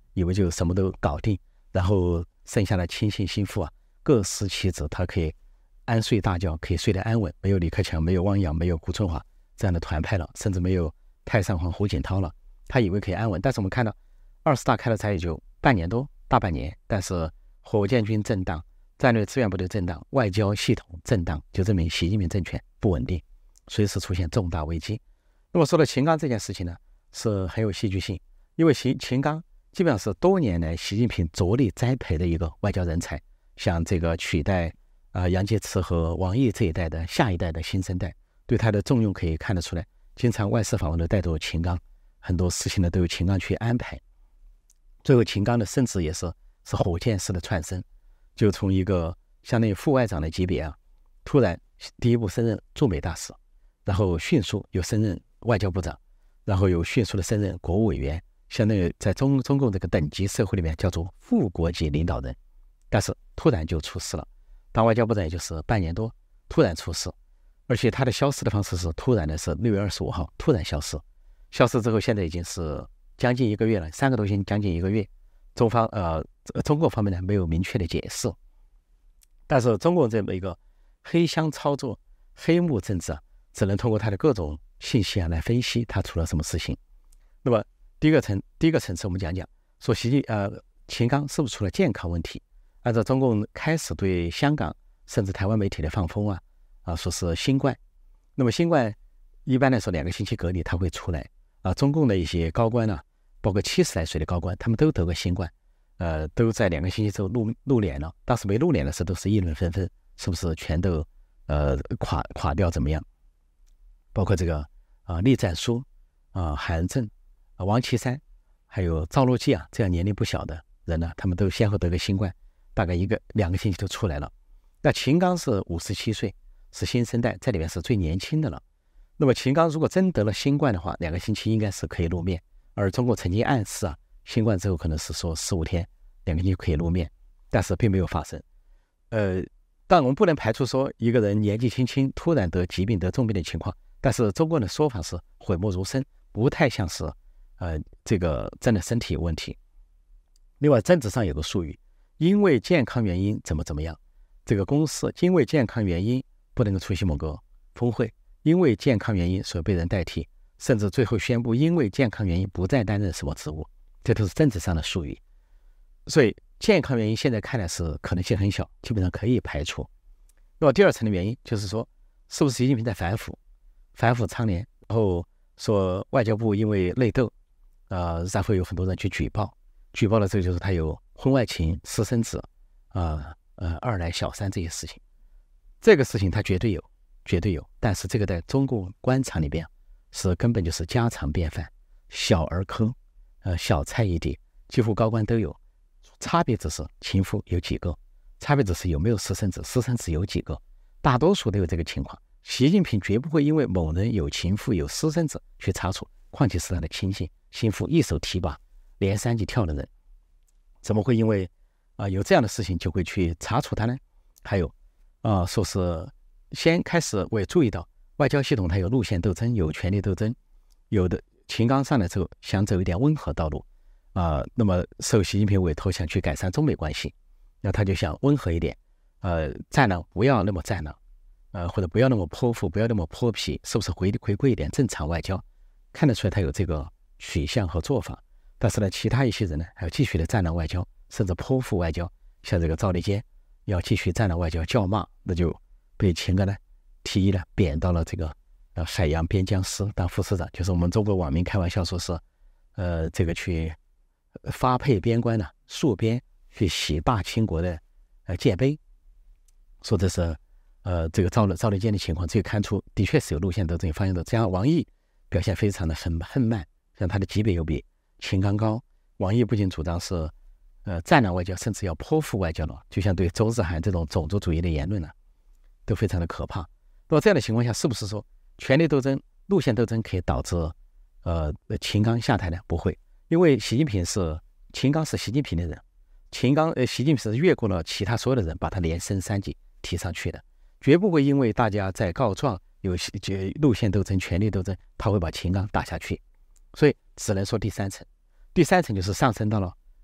以为就什么都搞定，然后剩下的亲信心腹啊，各司其职，他可以安睡大觉，可以睡得安稳，没有李克强，没有汪洋，没有胡春华这样的团派了，甚至没有太上皇胡锦涛了，他以为可以安稳。但是我们看到20大开了才也就半年多，大半年，但是火箭军震荡，战略支援部队震荡，外交系统震荡，就证明习近平政权不稳定，随时出现重大危机。那么说到秦刚这件事情呢，是很有戏剧性，因为秦刚基本上是多年来习近平着力栽培的一个外交人才，像这个取代杨洁篪和王毅这一代的下一代的新生代，对他的重用可以看得出来，经常外事访问都带着秦刚，很多事情呢都由秦刚去安排。最后秦刚的升职也是火箭式的窜升，就从一个相当于副外长的级别啊，突然第一步升任驻美大使，然后迅速又升任外交部长，然后又迅速的升任国务委员，相当于在中共这个等级社会里面叫做副国级领导人，但是突然就出事了。当外交部长也就是半年多，突然出事，而且他的消失的方式是突然的，是6月25号突然消失。消失之后，现在已经是将近1个月了，3个多星期，将近1个月。中国方面呢没有明确的解释，但是中国这么一个黑箱操作、黑幕政治啊，只能通过他的各种信息啊来分析他出了什么事情。那么第一个层次，我们讲说秦刚是不是出了健康问题？按照中共开始对香港甚至台湾媒体的放风说是新冠。那么新冠一般来说2个星期隔离他会出来中共的一些高官包括70来岁的高官，他们都得过新冠，都在2个星期之后露脸了。当时没露脸的时候都是议论纷纷，是不是全都垮掉怎么样？包括这个栗战书韩正王岐山还有赵乐际这样年龄不小的人他们都先后得个新冠，大概2个星期都出来了。那秦刚是57岁，是新生代，在里面是最年轻的了。那么秦刚如果真得了新冠的话，2个星期应该是可以露面，而中国曾经暗示新冠之后可能是说15天2个星期可以露面，但是并没有发生。但我们不能排除说一个人年纪轻轻突然得疾病得重病的情况，但是中国人的说法是讳莫如深，不太像是这个真的身体有问题。另外政治上有个术语，因为健康原因怎么样，这个公司因为健康原因不能够出席某个峰会，因为健康原因所以被人代替，甚至最后宣布因为健康原因不再担任什么职务，这都是政治上的术语。所以健康原因现在看来是可能性很小，基本上可以排除。那么第二层的原因就是说，是不是习近平在反腐倡廉，然后说外交部因为内斗然后有很多人去举报了这个就是他有婚外情、私生子二奶小三这些事情。这个事情他绝对有，但是这个在中共官场里边是根本就是家常便饭，小儿科小菜一碟，几乎高官都有。差别只是情妇有几个，差别只是有没有私生子，私生子有几个，大多数都有这个情况。习近平绝不会因为某人有情妇有私生子去查处，况且是他的亲信心腹一手提拔连3级跳的人，怎么会因为有这样的事情就会去查处他呢？还有说是先开始我也注意到外交系统它有路线斗争，有权力斗争，有的秦刚上来之后想走一点温和道路那么受习近平委托想去改善中美关系，那他就想温和一点战狼不要那么战狼或者不要那么泼妇，不要那么泼皮，是不是回归一点正常外交？看得出来他有这个取向和做法。但是呢，其他一些人呢还要继续的战狼外交，甚至泼妇外交，像这个赵立坚要继续战狼外交叫骂，那就被秦刚呢提议贬到了这个海洋边疆司当副司长，就是我们中国网民开玩笑说是这个去发配边关戍边去洗大清国的界碑，说这是这个赵立坚的情况，这个看出的确是有路线斗争有方向的。这样王毅表现非常的很慢，像他的级别又比秦刚高，王毅不仅主张是战狼外交，甚至要泼妇外交了，就像对周日涵这种种族主义的言论都非常的可怕。那么这样的情况下，是不是说权力斗争、路线斗争可以导致秦刚下台呢？不会，因为秦刚是习近平的人，习近平是越过了其他所有的人，把他连升3级提上去的，绝不会因为大家在告状有路线斗争、权力斗争，他会把秦刚打下去。所以只能说第三层就是上升到了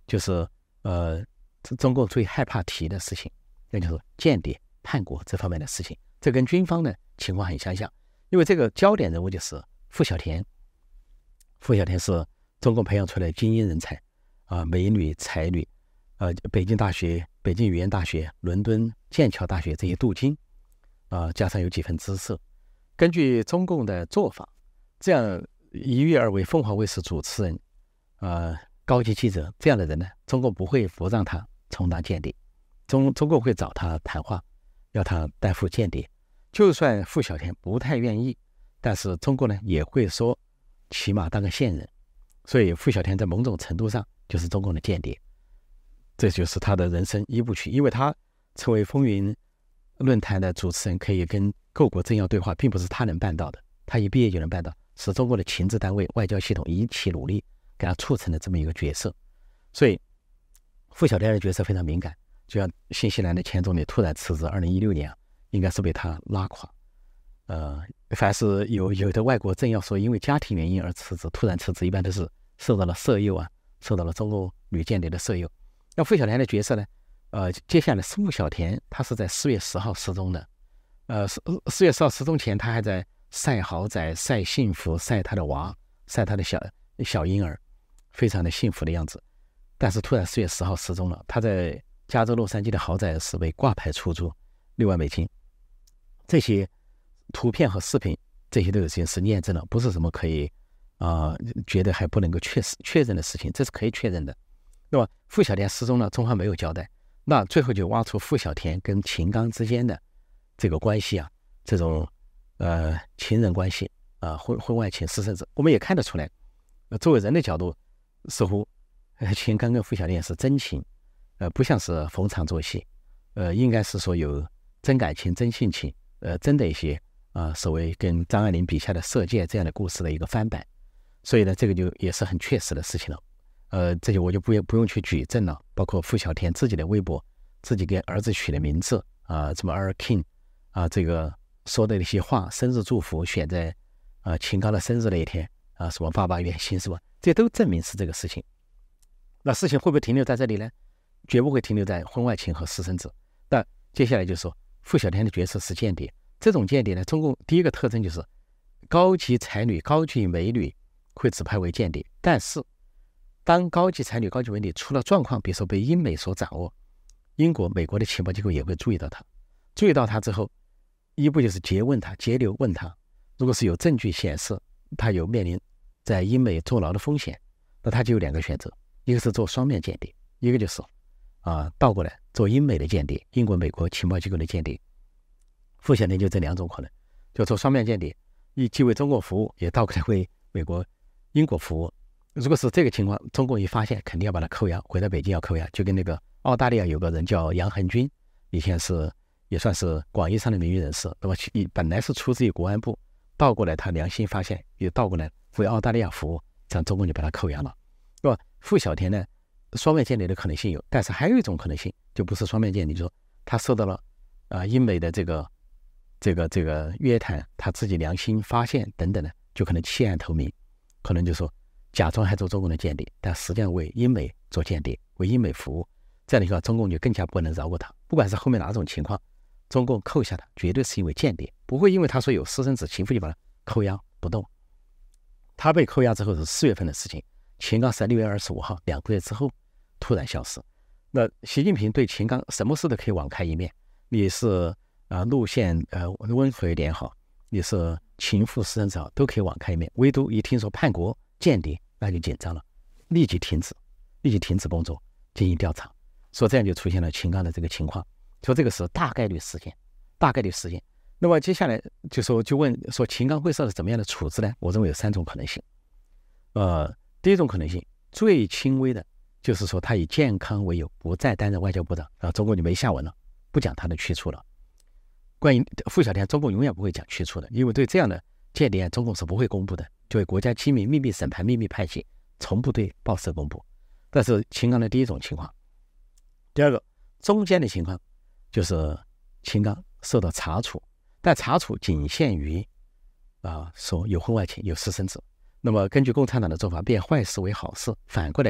就是中共最害怕提的事情，那就是间谍、叛国这方面的事情。这跟军方的情况很相像，因为这个焦点人物就是傅小田。傅小田是中共培养出来的精英人才美女才女，北京大学、北京语言大学、伦敦剑桥大学这些镀金加上有几分姿色。根据中共的做法，这样一跃而为凤凰卫视主持人高级记者这样的人呢，中共不会不让他充当间谍，中共会找他谈话，要他担负间谍。就算傅小田不太愿意，但是中国呢也会说起码当个线人，所以傅小田在某种程度上就是中共的间谍。这就是他的人生一部曲，因为他成为风云论坛的主持人，可以跟各国政要对话，并不是他能办到的，他一毕业就能办到，是中国的情治单位、外交系统一起努力给他促成的这么一个角色。所以傅小田的角色非常敏感，就像新西兰的前总理突然辞职，2016年应该是被他拉垮。凡是有的外国政要说因为家庭原因而辞职，突然辞职，一般都是受到了色诱受到了中共女间谍的色诱。那傅小田的角色呢？接下来傅小田他是在4月10号失踪的。4月10号失踪前，他还在晒豪宅、晒幸福、晒他的娃、晒他的小婴儿，非常的幸福的样子。但是突然4月10号失踪了，他在加州洛杉矶的豪宅是被挂牌出租，$6万。这些图片和视频，这些都有是验证了，不是什么可以觉得还不能够确认的事情，这是可以确认的。那么傅小田失踪了，中方没有交代，那最后就挖出傅小田跟秦刚之间的这个关系这种情人关系婚外情、私生子，我们也看得出来，作为人的角度，似乎秦刚跟傅小田是真情，不像是逢场作戏，应该是说有真感情、真性情，真的一些所谓跟张爱玲笔下的色戒这样的故事的一个翻版。所以呢，这个就也是很确实的事情了。这就我就不用去举证了，包括傅小田自己的微博，自己给儿子取的名字什么儿 King 这个说的一些话，生日祝福选在秦刚的生日那一天什么爸爸远行是吧？这都证明是这个事情。那事情会不会停留在这里呢？绝不会停留在婚外情和私生子。那接下来就说傅小田的角色是间谍，这种间谍呢，中共第一个特征就是高级才女、高级美女会指派为间谍，但是当高级才女、高级美女出了状况，比如说被英美所掌握，英国、美国的情报机构也会注意到他之后，一步就是诘问他、截留问他。如果是有证据显示他有面临在英美坐牢的风险，那他就有两个选择，一个是做双面间谍，一个就是倒过来做英美的间谍，英国、美国情报机构的间谍。傅小田就这两种可能，就做双面间谍，既为中国服务，也倒过来为美国、英国服务。如果是这个情况，中共一发现，肯定要把他扣押，回到北京要扣押。就跟那个澳大利亚有个人叫杨恒军，以前也算是广义上的名誉人士，那么本来是出自于国安部，倒过来他良心发现，又倒过来为澳大利亚服务，这样中共就把他扣押了。那么傅小田呢，双面间谍的可能性有，但是还有一种可能性，就不是双面间谍，就是说他受到了英美的这个约谈，他自己良心发现等等的，就可能弃暗投明，可能就说假装还做中共的间谍，但实际上为英美做间谍，为英美服务。这样的话，中共就更加不能饶过他。不管是后面哪种情况，中共扣下他，绝对是因为间谍，不会因为他说有私生子情妇就把他扣押不动。他被扣押之后是4月份的事情，秦刚是在6月25号，2个月之后突然消失。那习近平对秦刚什么事都可以网开一面，你是路线温和一点好，你是情妇私生子好，都可以网开一面。唯独一听说叛国间谍，那就紧张了，立即停止工作，进行调查。说这样就出现了秦刚的这个情况，说这个是大概率事件。那么接下来就问说秦刚会受到怎么样的处置呢？我认为有3种可能性。第一种可能性最轻微的就是说他以健康为由不再担任外交部长，中共就没下文了，不讲他的去处了。关于傅小田，中共永远不会讲去处的，因为对这样的间谍案，中共是不会公布的，就为国家机密秘密审判、秘密派系，从不对报社公布。但是秦刚的第一种情况。第二个中间的情况就是秦刚受到查处，但查处仅限于说有婚外情、有私生子。那么根据共产党的做法，变坏事为好事，反过来给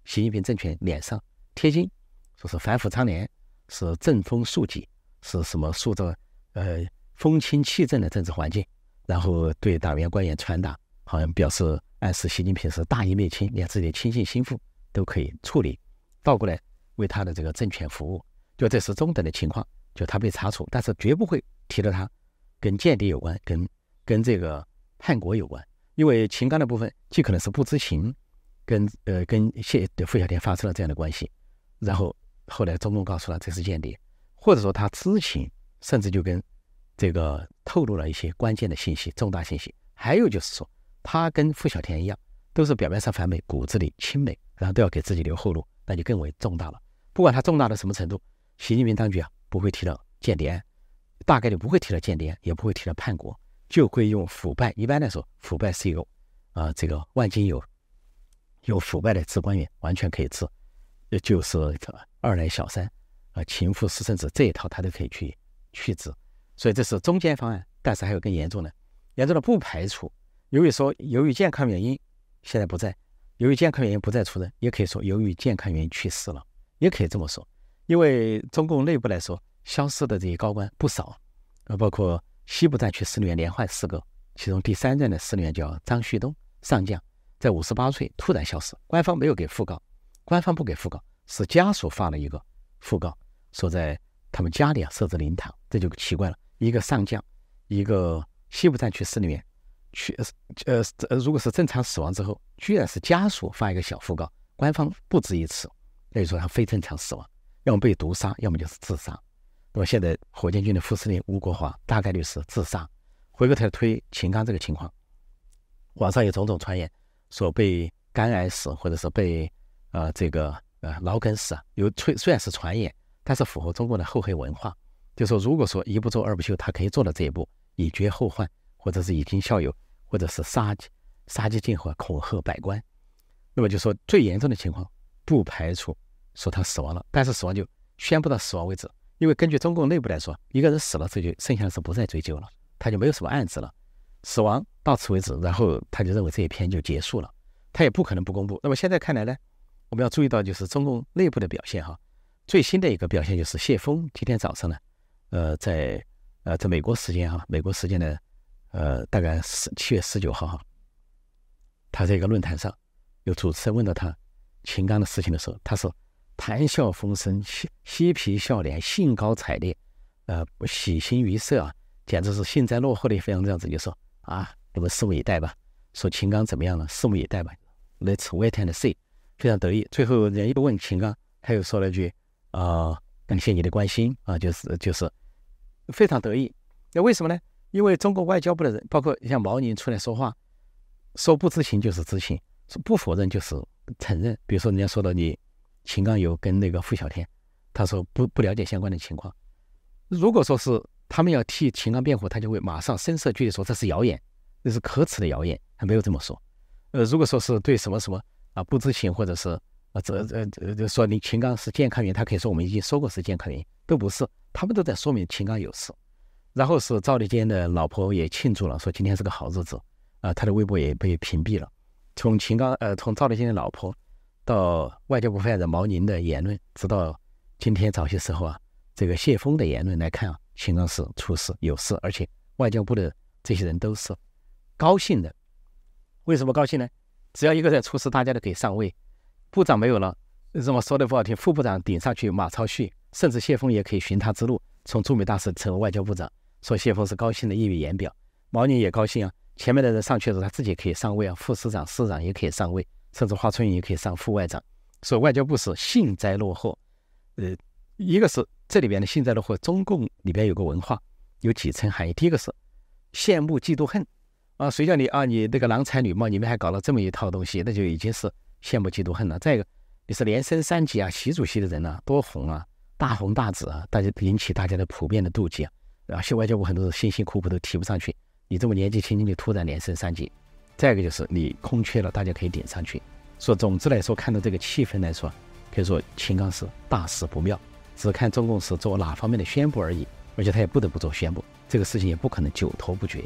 习近平政权脸上贴金，说是反腐倡廉，是正风肃纪，是什么塑造风清气正的政治环境，然后对党员官员传达，好像表示暗示习近平是大义灭亲，连自己的亲信心腹都可以处理，倒过来为他的这个政权服务，就这是中等的情况，就他被查处，但是绝不会提到他跟间谍有关，跟这个叛国有关，因为秦刚的部分既可能是不知情，跟傅小天发生了这样的关系，然后后来中共告诉他这是间谍，或者说他知情，甚至就跟这个透露了一些关键的信息、重大信息。还有就是说，他跟傅小天一样，都是表面上反美，骨子里亲美，然后都要给自己留后路，那就更为重大了。不管他重大到什么程度，习近平当局不会提到间谍案，大概率不会提到间谍案，也不会提到叛国，就会用腐败。一般来说，腐败是有这个万金油，有腐败的治官员完全可以治，就是二来小三情妇私生子这一套，他都可以去治。所以这是中间方案，但是还有更严重的，不排除由于健康原因现在不在，由于健康原因不在出任，也可以说由于健康原因去世了，也可以这么说。因为中共内部来说，消失的这些高官不少，包括西部战区司令员连换4个，其中第3任的司令员叫张旭东上将，在58岁突然消失，官方没有给讣告，官方不给讣告，是家属发了一个讣告，说在他们家里设置灵堂，这就奇怪了。一个上将，一个西部战区司令员，如果是正常死亡之后，居然是家属发一个小讣告，官方不止一次，那就说他非正常死亡，要么被毒杀，要么就是自杀。那么现在火箭军的副司令吴国华大概率是自杀。回过头来推秦刚这个情况，网上有种种传言说被肝癌死，或者是被脑梗死虽然是传言，但是符合中国的厚黑文化，就是说如果说一不做二不休，他可以做到这一步，以绝后患，或者是以儆效尤，或者是杀鸡儆猴，恐吓百官。那么就说最严重的情况不排除说他死亡了，但是死亡就宣布到死亡为止，因为根据中共内部来说，一个人死了这就剩下的是不再追究了，他就没有什么案子了，死亡到此为止，然后他就认为这一篇就结束了，他也不可能不公布。那么现在看来呢，我们要注意到就是中共内部的表现最新的一个表现就是谢峰今天早上呢在美国时间的大概7月19号他在一个论坛上，有主持人问到他秦刚的事情的时候，他说谈笑风生，嬉皮笑脸，兴高采烈，喜形于色简直是幸灾乐祸的非常这样子，就说我们拭目以待吧。说秦刚怎么样了？拭目以待吧 ，Let's wait and see， 非常得意。最后人又问秦刚，他又说了一句感谢你的关心就是非常得意。那为什么呢？因为中国外交部的人，包括像毛宁出来说话，说不知情就是知情，说不否认就是承认。比如说人家说到你秦刚有跟那个傅小天，他说不了解相关的情况。如果说是他们要替秦刚辩护，他就会马上声色俱厉说这是谣言，这是可耻的谣言，他没有这么说。如果说是对什么不知情，或者是说你秦刚是健康原因，他可以说我们已经说过是健康原因，都不是，他们都在说明秦刚有事。然后是赵立坚的老婆也庆祝了，说今天是个好日子他的微博也被屏蔽了。从赵立坚的老婆到外交部发言人毛宁的言论，直到今天早些时候这个谢峰的言论来看秦刚是出事有事，而且外交部的这些人都是高兴的。为什么高兴呢？只要一个人出事，大家都可以上位，部长没有了，这么说的不好听，副部长顶上去马超旭，甚至谢峰也可以循他之路，从驻美大使成为外交部长。说谢峰是高兴的溢于言表，毛宁也高兴前面的人上去的时候他自己也可以上位副市长市长也可以上位，甚至华春莹也可以上副外长。所以外交部是幸灾乐祸。一个是这里边的幸灾乐祸，中共里边有个文化，有几层含义。第一个是羡慕嫉妒恨谁叫你你这个郎才女貌，你们还搞了这么一套东西，那就已经是羡慕嫉妒恨了。再一个，你是连升3级习主席的人多红大红大紫大家引起大家的普遍的妒忌现外交部很多辛辛苦苦都提不上去，你这么年纪轻轻的突然连升3级。再一个就是你空缺了，大家可以顶上去。所以总之来说，看到这个气氛来说，可以说秦刚是大事不妙，只看中共是做哪方面的宣布而已，而且他也不得不做宣布，这个事情也不可能久拖不决。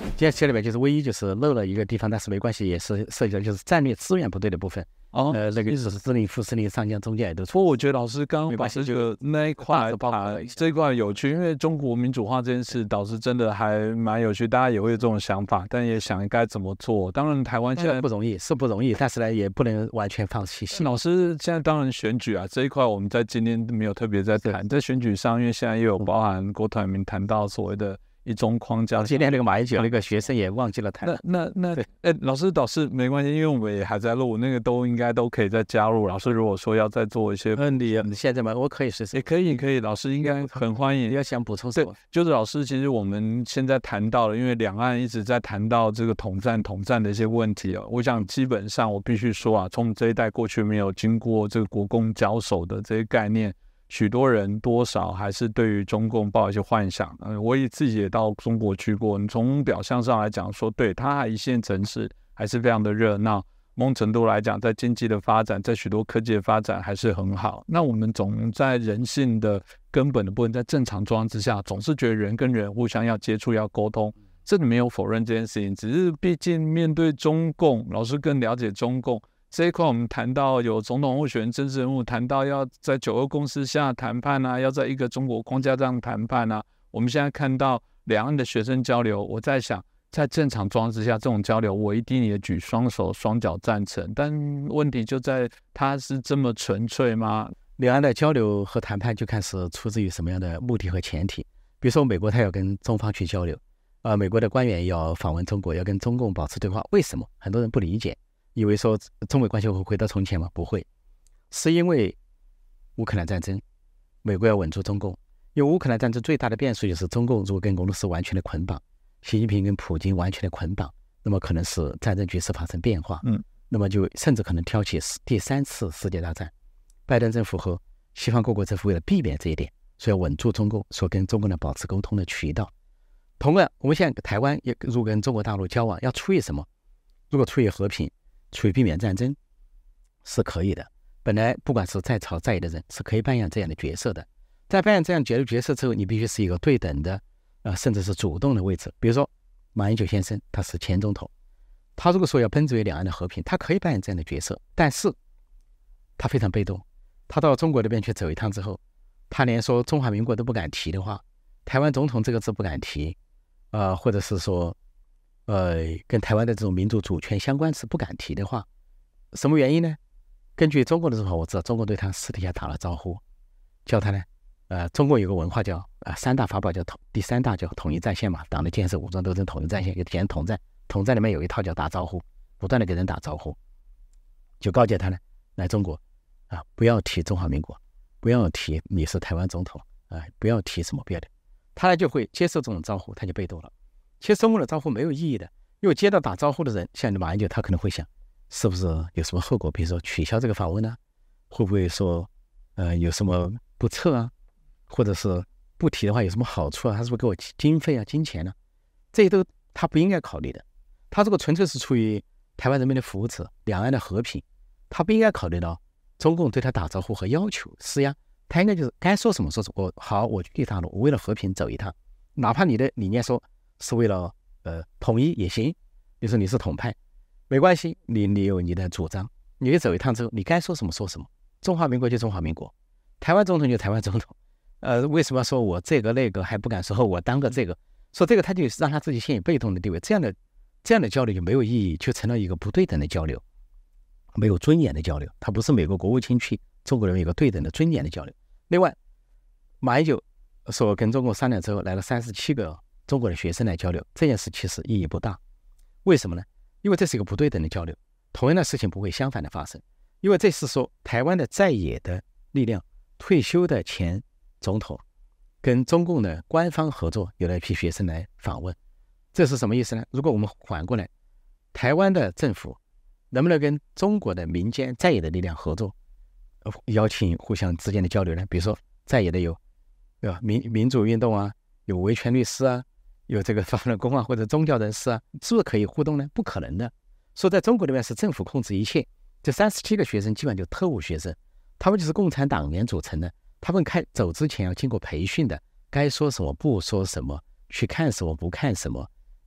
接下来就是唯一就是漏了一个地方，但是没关系，也是涉及到就是战略资源部队的部分。那个就是司令、副司令、上将、中将也都出。 不过我觉得老师刚刚把这个那一块这一块有趣，因为中国民主化这件事，导师真的还蛮有趣，大家也会有这种想法，但也想该怎么做。当然，台湾现在不容易，是不容易，但是呢，也不能完全放弃。 老师现在当然选举啊这一块，我们在今天没有特别在谈，在选举上，因为现在又有包含郭台铭谈到所谓的一中框架。 今天那个马英九那个学生也忘记了谈。 老师导师没关系，因为我们也还在录，那个应该都可以再加入。老师如果说要再做一些， 你现在吗？我可以随时也可以，老师应该很欢迎。 你要想补充什么？ 就是老师，其实我们现在谈到了，因为两岸一直在谈到这个统战的一些问题哦。我想基本上我必须说啊，从这一代过去没有经过这个国共交手的这些概念。许多人多少还是对于中共抱一些幻想。我也自己也到中国去过，从表象上来讲说，对它一线城市还是非常的热闹。某种程度来讲，在经济的发展，在许多科技的发展还是很好。那我们总在人性的根本的部分，在正常状况之下，总是觉得人跟人互相要接触、要沟通，这里没有否认这件事情。只是毕竟面对中共，老师更了解中共。这一块我们谈到有总统候选人、政治人物，谈到要在9·2共识下谈判啊，要在一个中国框架上谈判啊。我们现在看到两岸的学生交流，我在想，在正常状况之下，这种交流我一定也举双手双脚赞成。但问题就在它是这么纯粹吗？ 两岸的交流和谈判就看是出自于什么样的目的和前提。比如说美国他要跟中方去交流，美国的官员要访问中国，要跟中共保持对话，为什么？很多人不理解。以为说中美关系会回到从前吗？不会，是因为乌克兰战争，美国要稳住中共。因为乌克兰战争最大的变数就是中共如果跟俄罗斯完全的捆绑，习近平跟普京完全的捆绑，那么可能是战争局势发生变化，那么就甚至可能挑起第3次世界大战。拜登政府和西方各国政府为了避免这一点，所以要稳住中共，说跟中共的保持沟通的渠道。同样，我们现在台湾也如果跟中国大陆交往，要出于什么？如果出于和平，出于避免战争是可以的。本来不管是在朝在野的人是可以扮演这样的角色的。在扮演这样角色之后，你必须是一个对等的甚至是主动的位置。比如说马英九先生，他是前总统，他如果说要奔着两岸的和平，他可以扮演这样的角色，但是他非常被动。他到中国那边去走一趟之后，他连说中华民国都不敢提的话，台湾总统这个字不敢提，或者是说跟台湾的这种民主主权相关是不敢提的话，什么原因呢？根据中国的说法，我知道中国对他私底下打了招呼，叫他呢，中国有个文化叫3大法宝，叫第3大叫统一战线嘛，党的建设、武装斗争、统一战线，就简单统战。统战里面有一套叫打招呼，不断的给人打招呼，就告诫他呢，来中国不要提中华民国，不要提你是台湾总统不要提什么别的，他呢就会接受这种招呼，他就被动了。其实中共的招呼没有意义的，因为接到打招呼的人，像马英九，他可能会想，是不是有什么后果？比如说取消这个访问啊，会不会说有什么不测啊，或者是不提的话有什么好处啊？他是不是给我经费啊、金钱啊？这些都他不应该考虑的。他如果纯粹是出于台湾人民的福祉、两岸的和平，他不应该考虑到中共对他打招呼和要求施压。他应该就是该说什么说什么。我去大陆，我为了和平走一趟，哪怕你的理念说是为了统一也行，你说你是统派没关系，你有你的主张，你走一趟之后，你该说什么说什么。中华民国就中华民国，台湾总统就台湾总统。为什么说我这个那个还不敢说我当个这个？说这个他就让他自己陷于被动的地位，这样的交流就没有意义，就成了一个不对等的交流，没有尊严的交流。他不是美国国务卿去中国人有一个对等的尊严的交流。另外，马英九说跟中国商量之后来了37个中国的学生来交流，这件事其实意义不大。为什么呢？因为这是一个不对等的交流，同样的事情不会相反的发生。因为这是说台湾的在野的力量，退休的前总统跟中共的官方合作，有了一批学生来访问，这是什么意思呢？如果我们反过来，台湾的政府能不能跟中国的民间在野的力量合作，邀请互相之间的交流呢？比如说在野的有民主运动啊，有维权律师啊，有这个法轮功啊，或者宗教人士啊，是不是可以互动呢？不可能的。说在中国里面是政府控制一切，这37个学生基本就特务学生，他们就是共产党员组成的，他们走之前要经过培训的，该说什么不说什么，去看什么不看什么，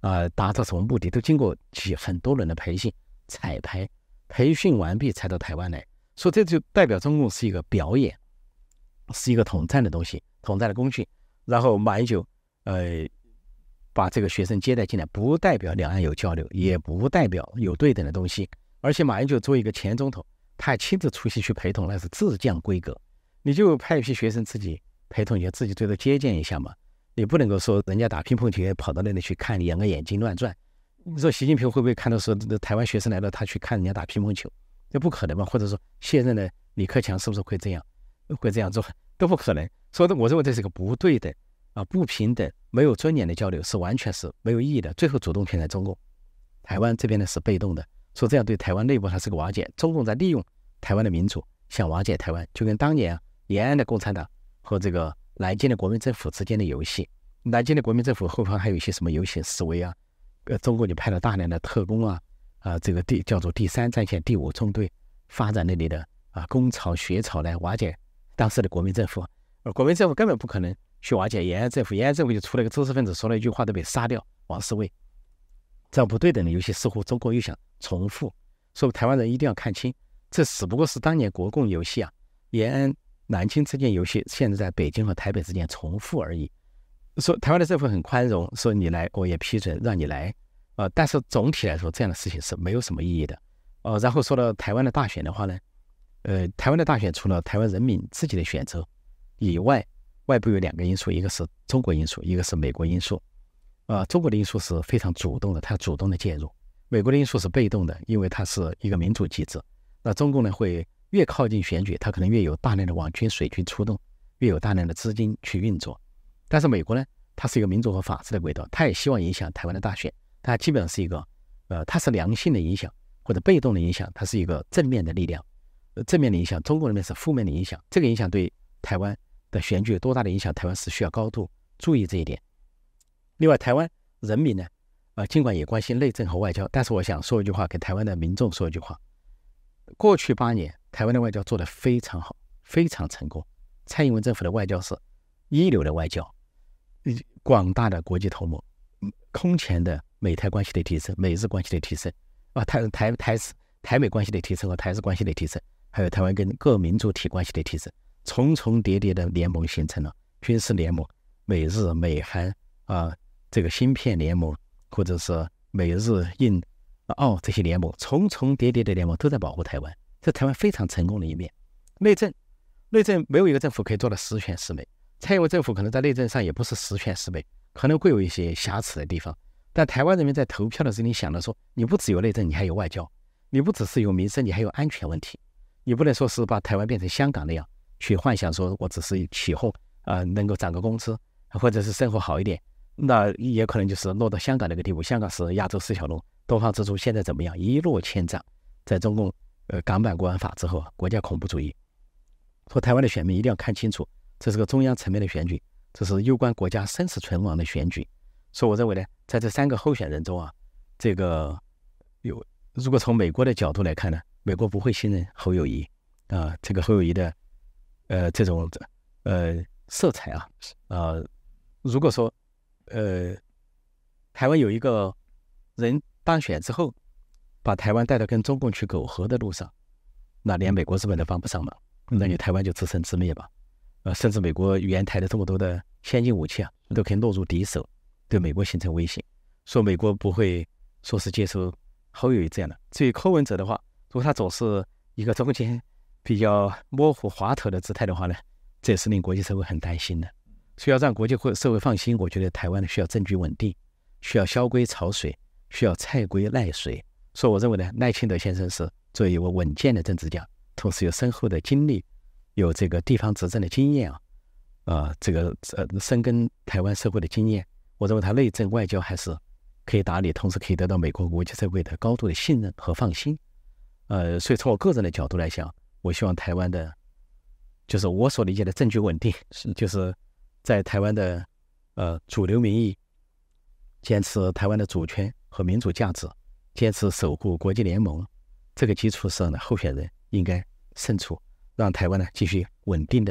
达到什么目的，都经过很多轮的培训、彩排，培训完毕才到台湾来。所以这就代表中共是一个表演，是一个统战的东西，统战的工具。然后马英九把这个学生接待进来，不代表两岸有交流，也不代表有对等的东西。而且马英九作为一个前总统，他还亲自出席去陪同，那是自降规格。你就派一批学生自己陪同，你就自己最多接见一下嘛。你不能够说人家打乒乓球也跑到那里去看，两个眼睛乱转。你说习近平会不会看到说台湾学生来了，他去看人家打乒乓球？这不可能吧？或者说现任的李克强是不是会这样做？都不可能。所以我认为这是个不对等不平等、没有尊严的交流，是完全是没有意义的。最后主动权在中共，台湾这边呢是被动的。说这样对台湾内部它是个瓦解，中共在利用台湾的民主想瓦解台湾，就跟当年延安的共产党和这个南京的国民政府之间的游戏。南京的国民政府后方还有一些什么游行示威啊，中国就派了大量的特工这个叫做第3战线第5中队，发展那里的工草学草来瓦解当时的国民政府。而国民政府根本不可能去瓦解延安政府，延安政府就出了一个知识分子说了一句话都被杀掉，王世卫。这样不对等的游戏似乎中国又想重复，所以台湾人一定要看清，这只不过是当年国共游戏延安、南京之间游戏，现在在北京和台北之间重复而已。说台湾的政府很宽容，说你来我也批准让你来，但是总体来说这样的事情是没有什么意义的。然后说到台湾的大选的话呢，台湾的大选除了台湾人民自己的选择以外，外部有2个因素，一个是中国因素，一个是美国因素。中国的因素是非常主动的，它主动的介入；美国的因素是被动的，因为它是一个民主机制。那中共呢，会越靠近选举，它可能越有大量的网军、水军出动，越有大量的资金去运作。但是美国呢，它是一个民主和法治的轨道，它也希望影响台湾的大选，它基本上是一个它是良性的影响或者被动的影响，它是一个正面的力量。正面的影响，中共那边是负面的影响。这个影响对台湾的选举有多大的影响，台湾是需要高度注意这一点。另外，台湾人民呢，尽管也关心内政和外交，但是我想说一句话，给台湾的民众说一句话：过去8年，台湾的外交做得非常好，非常成功。蔡英文政府的外交是一流的外交，广大的国际头目，空前的美台关系的提升，美日关系的提升，台美关系的提升和台日关系的提升，还有台湾跟各民主体关系的提升，重重叠叠的联盟形成了，军事联盟、美日美韩这个芯片联盟，或者是美日印澳这些联盟，重重叠叠的联盟都在保护台湾，这台湾非常成功的一面。内政没有一个政府可以做到十全十美，蔡英文政府可能在内政上也不是十全十美，可能会有一些瑕疵的地方。但台湾人民在投票的时候，你想到说，你不只有内政，你还有外交，你不只是有民生，你还有安全问题。你不能说是把台湾变成香港那样，去幻想说我只是起哄能够涨个工资，或者是生活好一点，那也可能就是落到香港那个地步。香港是亚洲4小龙，东方之珠现在怎么样？一落千丈。在中共港版国安法之后，国家恐怖主义，说台湾的选民一定要看清楚，这是个中央层面的选举，这是攸关国家生死存亡的选举。所以我认为呢，在这3个候选人中这个如果从美国的角度来看呢，美国不会信任侯友宜这个侯友宜的这种色彩如果说台湾有一个人当选之后，把台湾带到跟中共去苟合的路上，那连美国日本都帮不上忙，那你台湾就自生自灭吧。甚至美国援台的这么多的先进武器都可以落入敌手，对美国形成威胁。说美国不会说是接受侯友宜这样的。至于柯文哲的话，如果他总是一个中间比较模糊滑头的姿态的话呢，这也是令国际社会很担心的。所以要让国际社会放心，我觉得台湾需要政局稳定，需要萧规曹水，需要蔡规赖水。所以我认为呢，赖清德先生是作为一位稳健的政治家，同时有深厚的经历，有这个地方执政的经验这个深耕台湾社会的经验，我认为他内政外交还是可以打理，同时可以得到美国国际社会的高度的信任和放心。所以从我个人的角度来讲，我希望台湾的，就是我所理解的政局稳定，就是在台湾的主流民意，坚持台湾的主权和民主价值，坚持守护国际联盟，这个基础上的候选人应该胜出，让台湾呢继续稳定的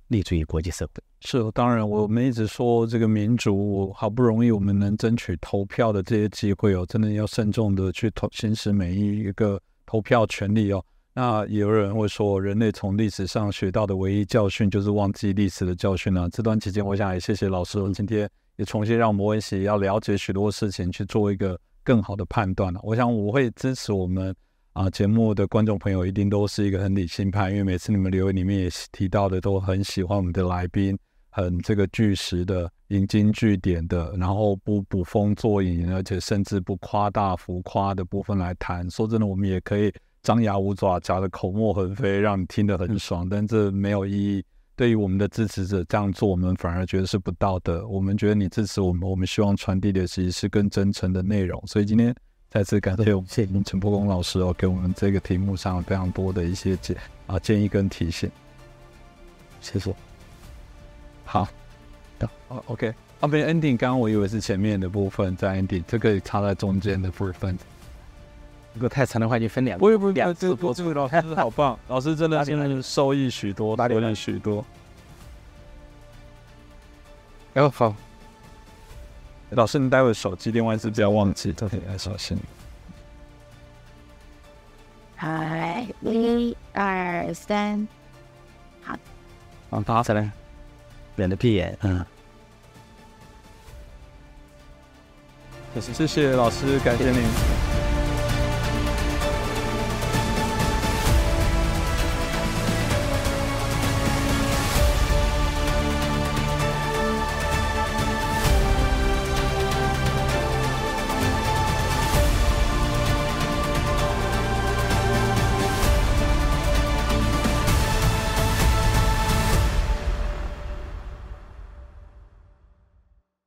立足于国际社会。 是，当然我们一直说这个民主，好不容易我们能争取投票的这些机会哦，真的要慎重的去行使每一个投票权利哦。那也有人会说，人类从历史上学到的唯一教训就是忘记历史的教训啊。这段期间，我想也谢谢老师，今天也重新让我们一起要了解许多事情，去做一个更好的判断。我想我会支持我们节目的观众朋友，一定都是一个很理性派，因为每次你们留言里面也提到的，都很喜欢我们的来宾，很这个据实的、引经据典的，然后不捕风捉影，而且甚至不夸大浮夸的部分来谈。说真的，我们也可以张牙舞爪，讲得口沫横飞，让你听得很爽，但这没有意义。对于我们的支持者这样做，我们反而觉得是不道德。我们觉得你支持我们，我们希望传递的其实是更真诚的内容。所以今天再次感谢我们陈柏公老师给我们这个题目上非常多的一些建议跟提醒。谢谢。好，OK。没 ending， 刚刚我以为是前面的部分在 ending， 这个插在中间的部分。 如果太长的话，就分两不会， 次播出。 这个老师好棒，老师真的现在受益许多，受益许多。好，老师，你待会手机另外是不要忘记，这里要小心。 好，1、2、3， 好，再来，免得闭眼， 谢谢老师，感谢您。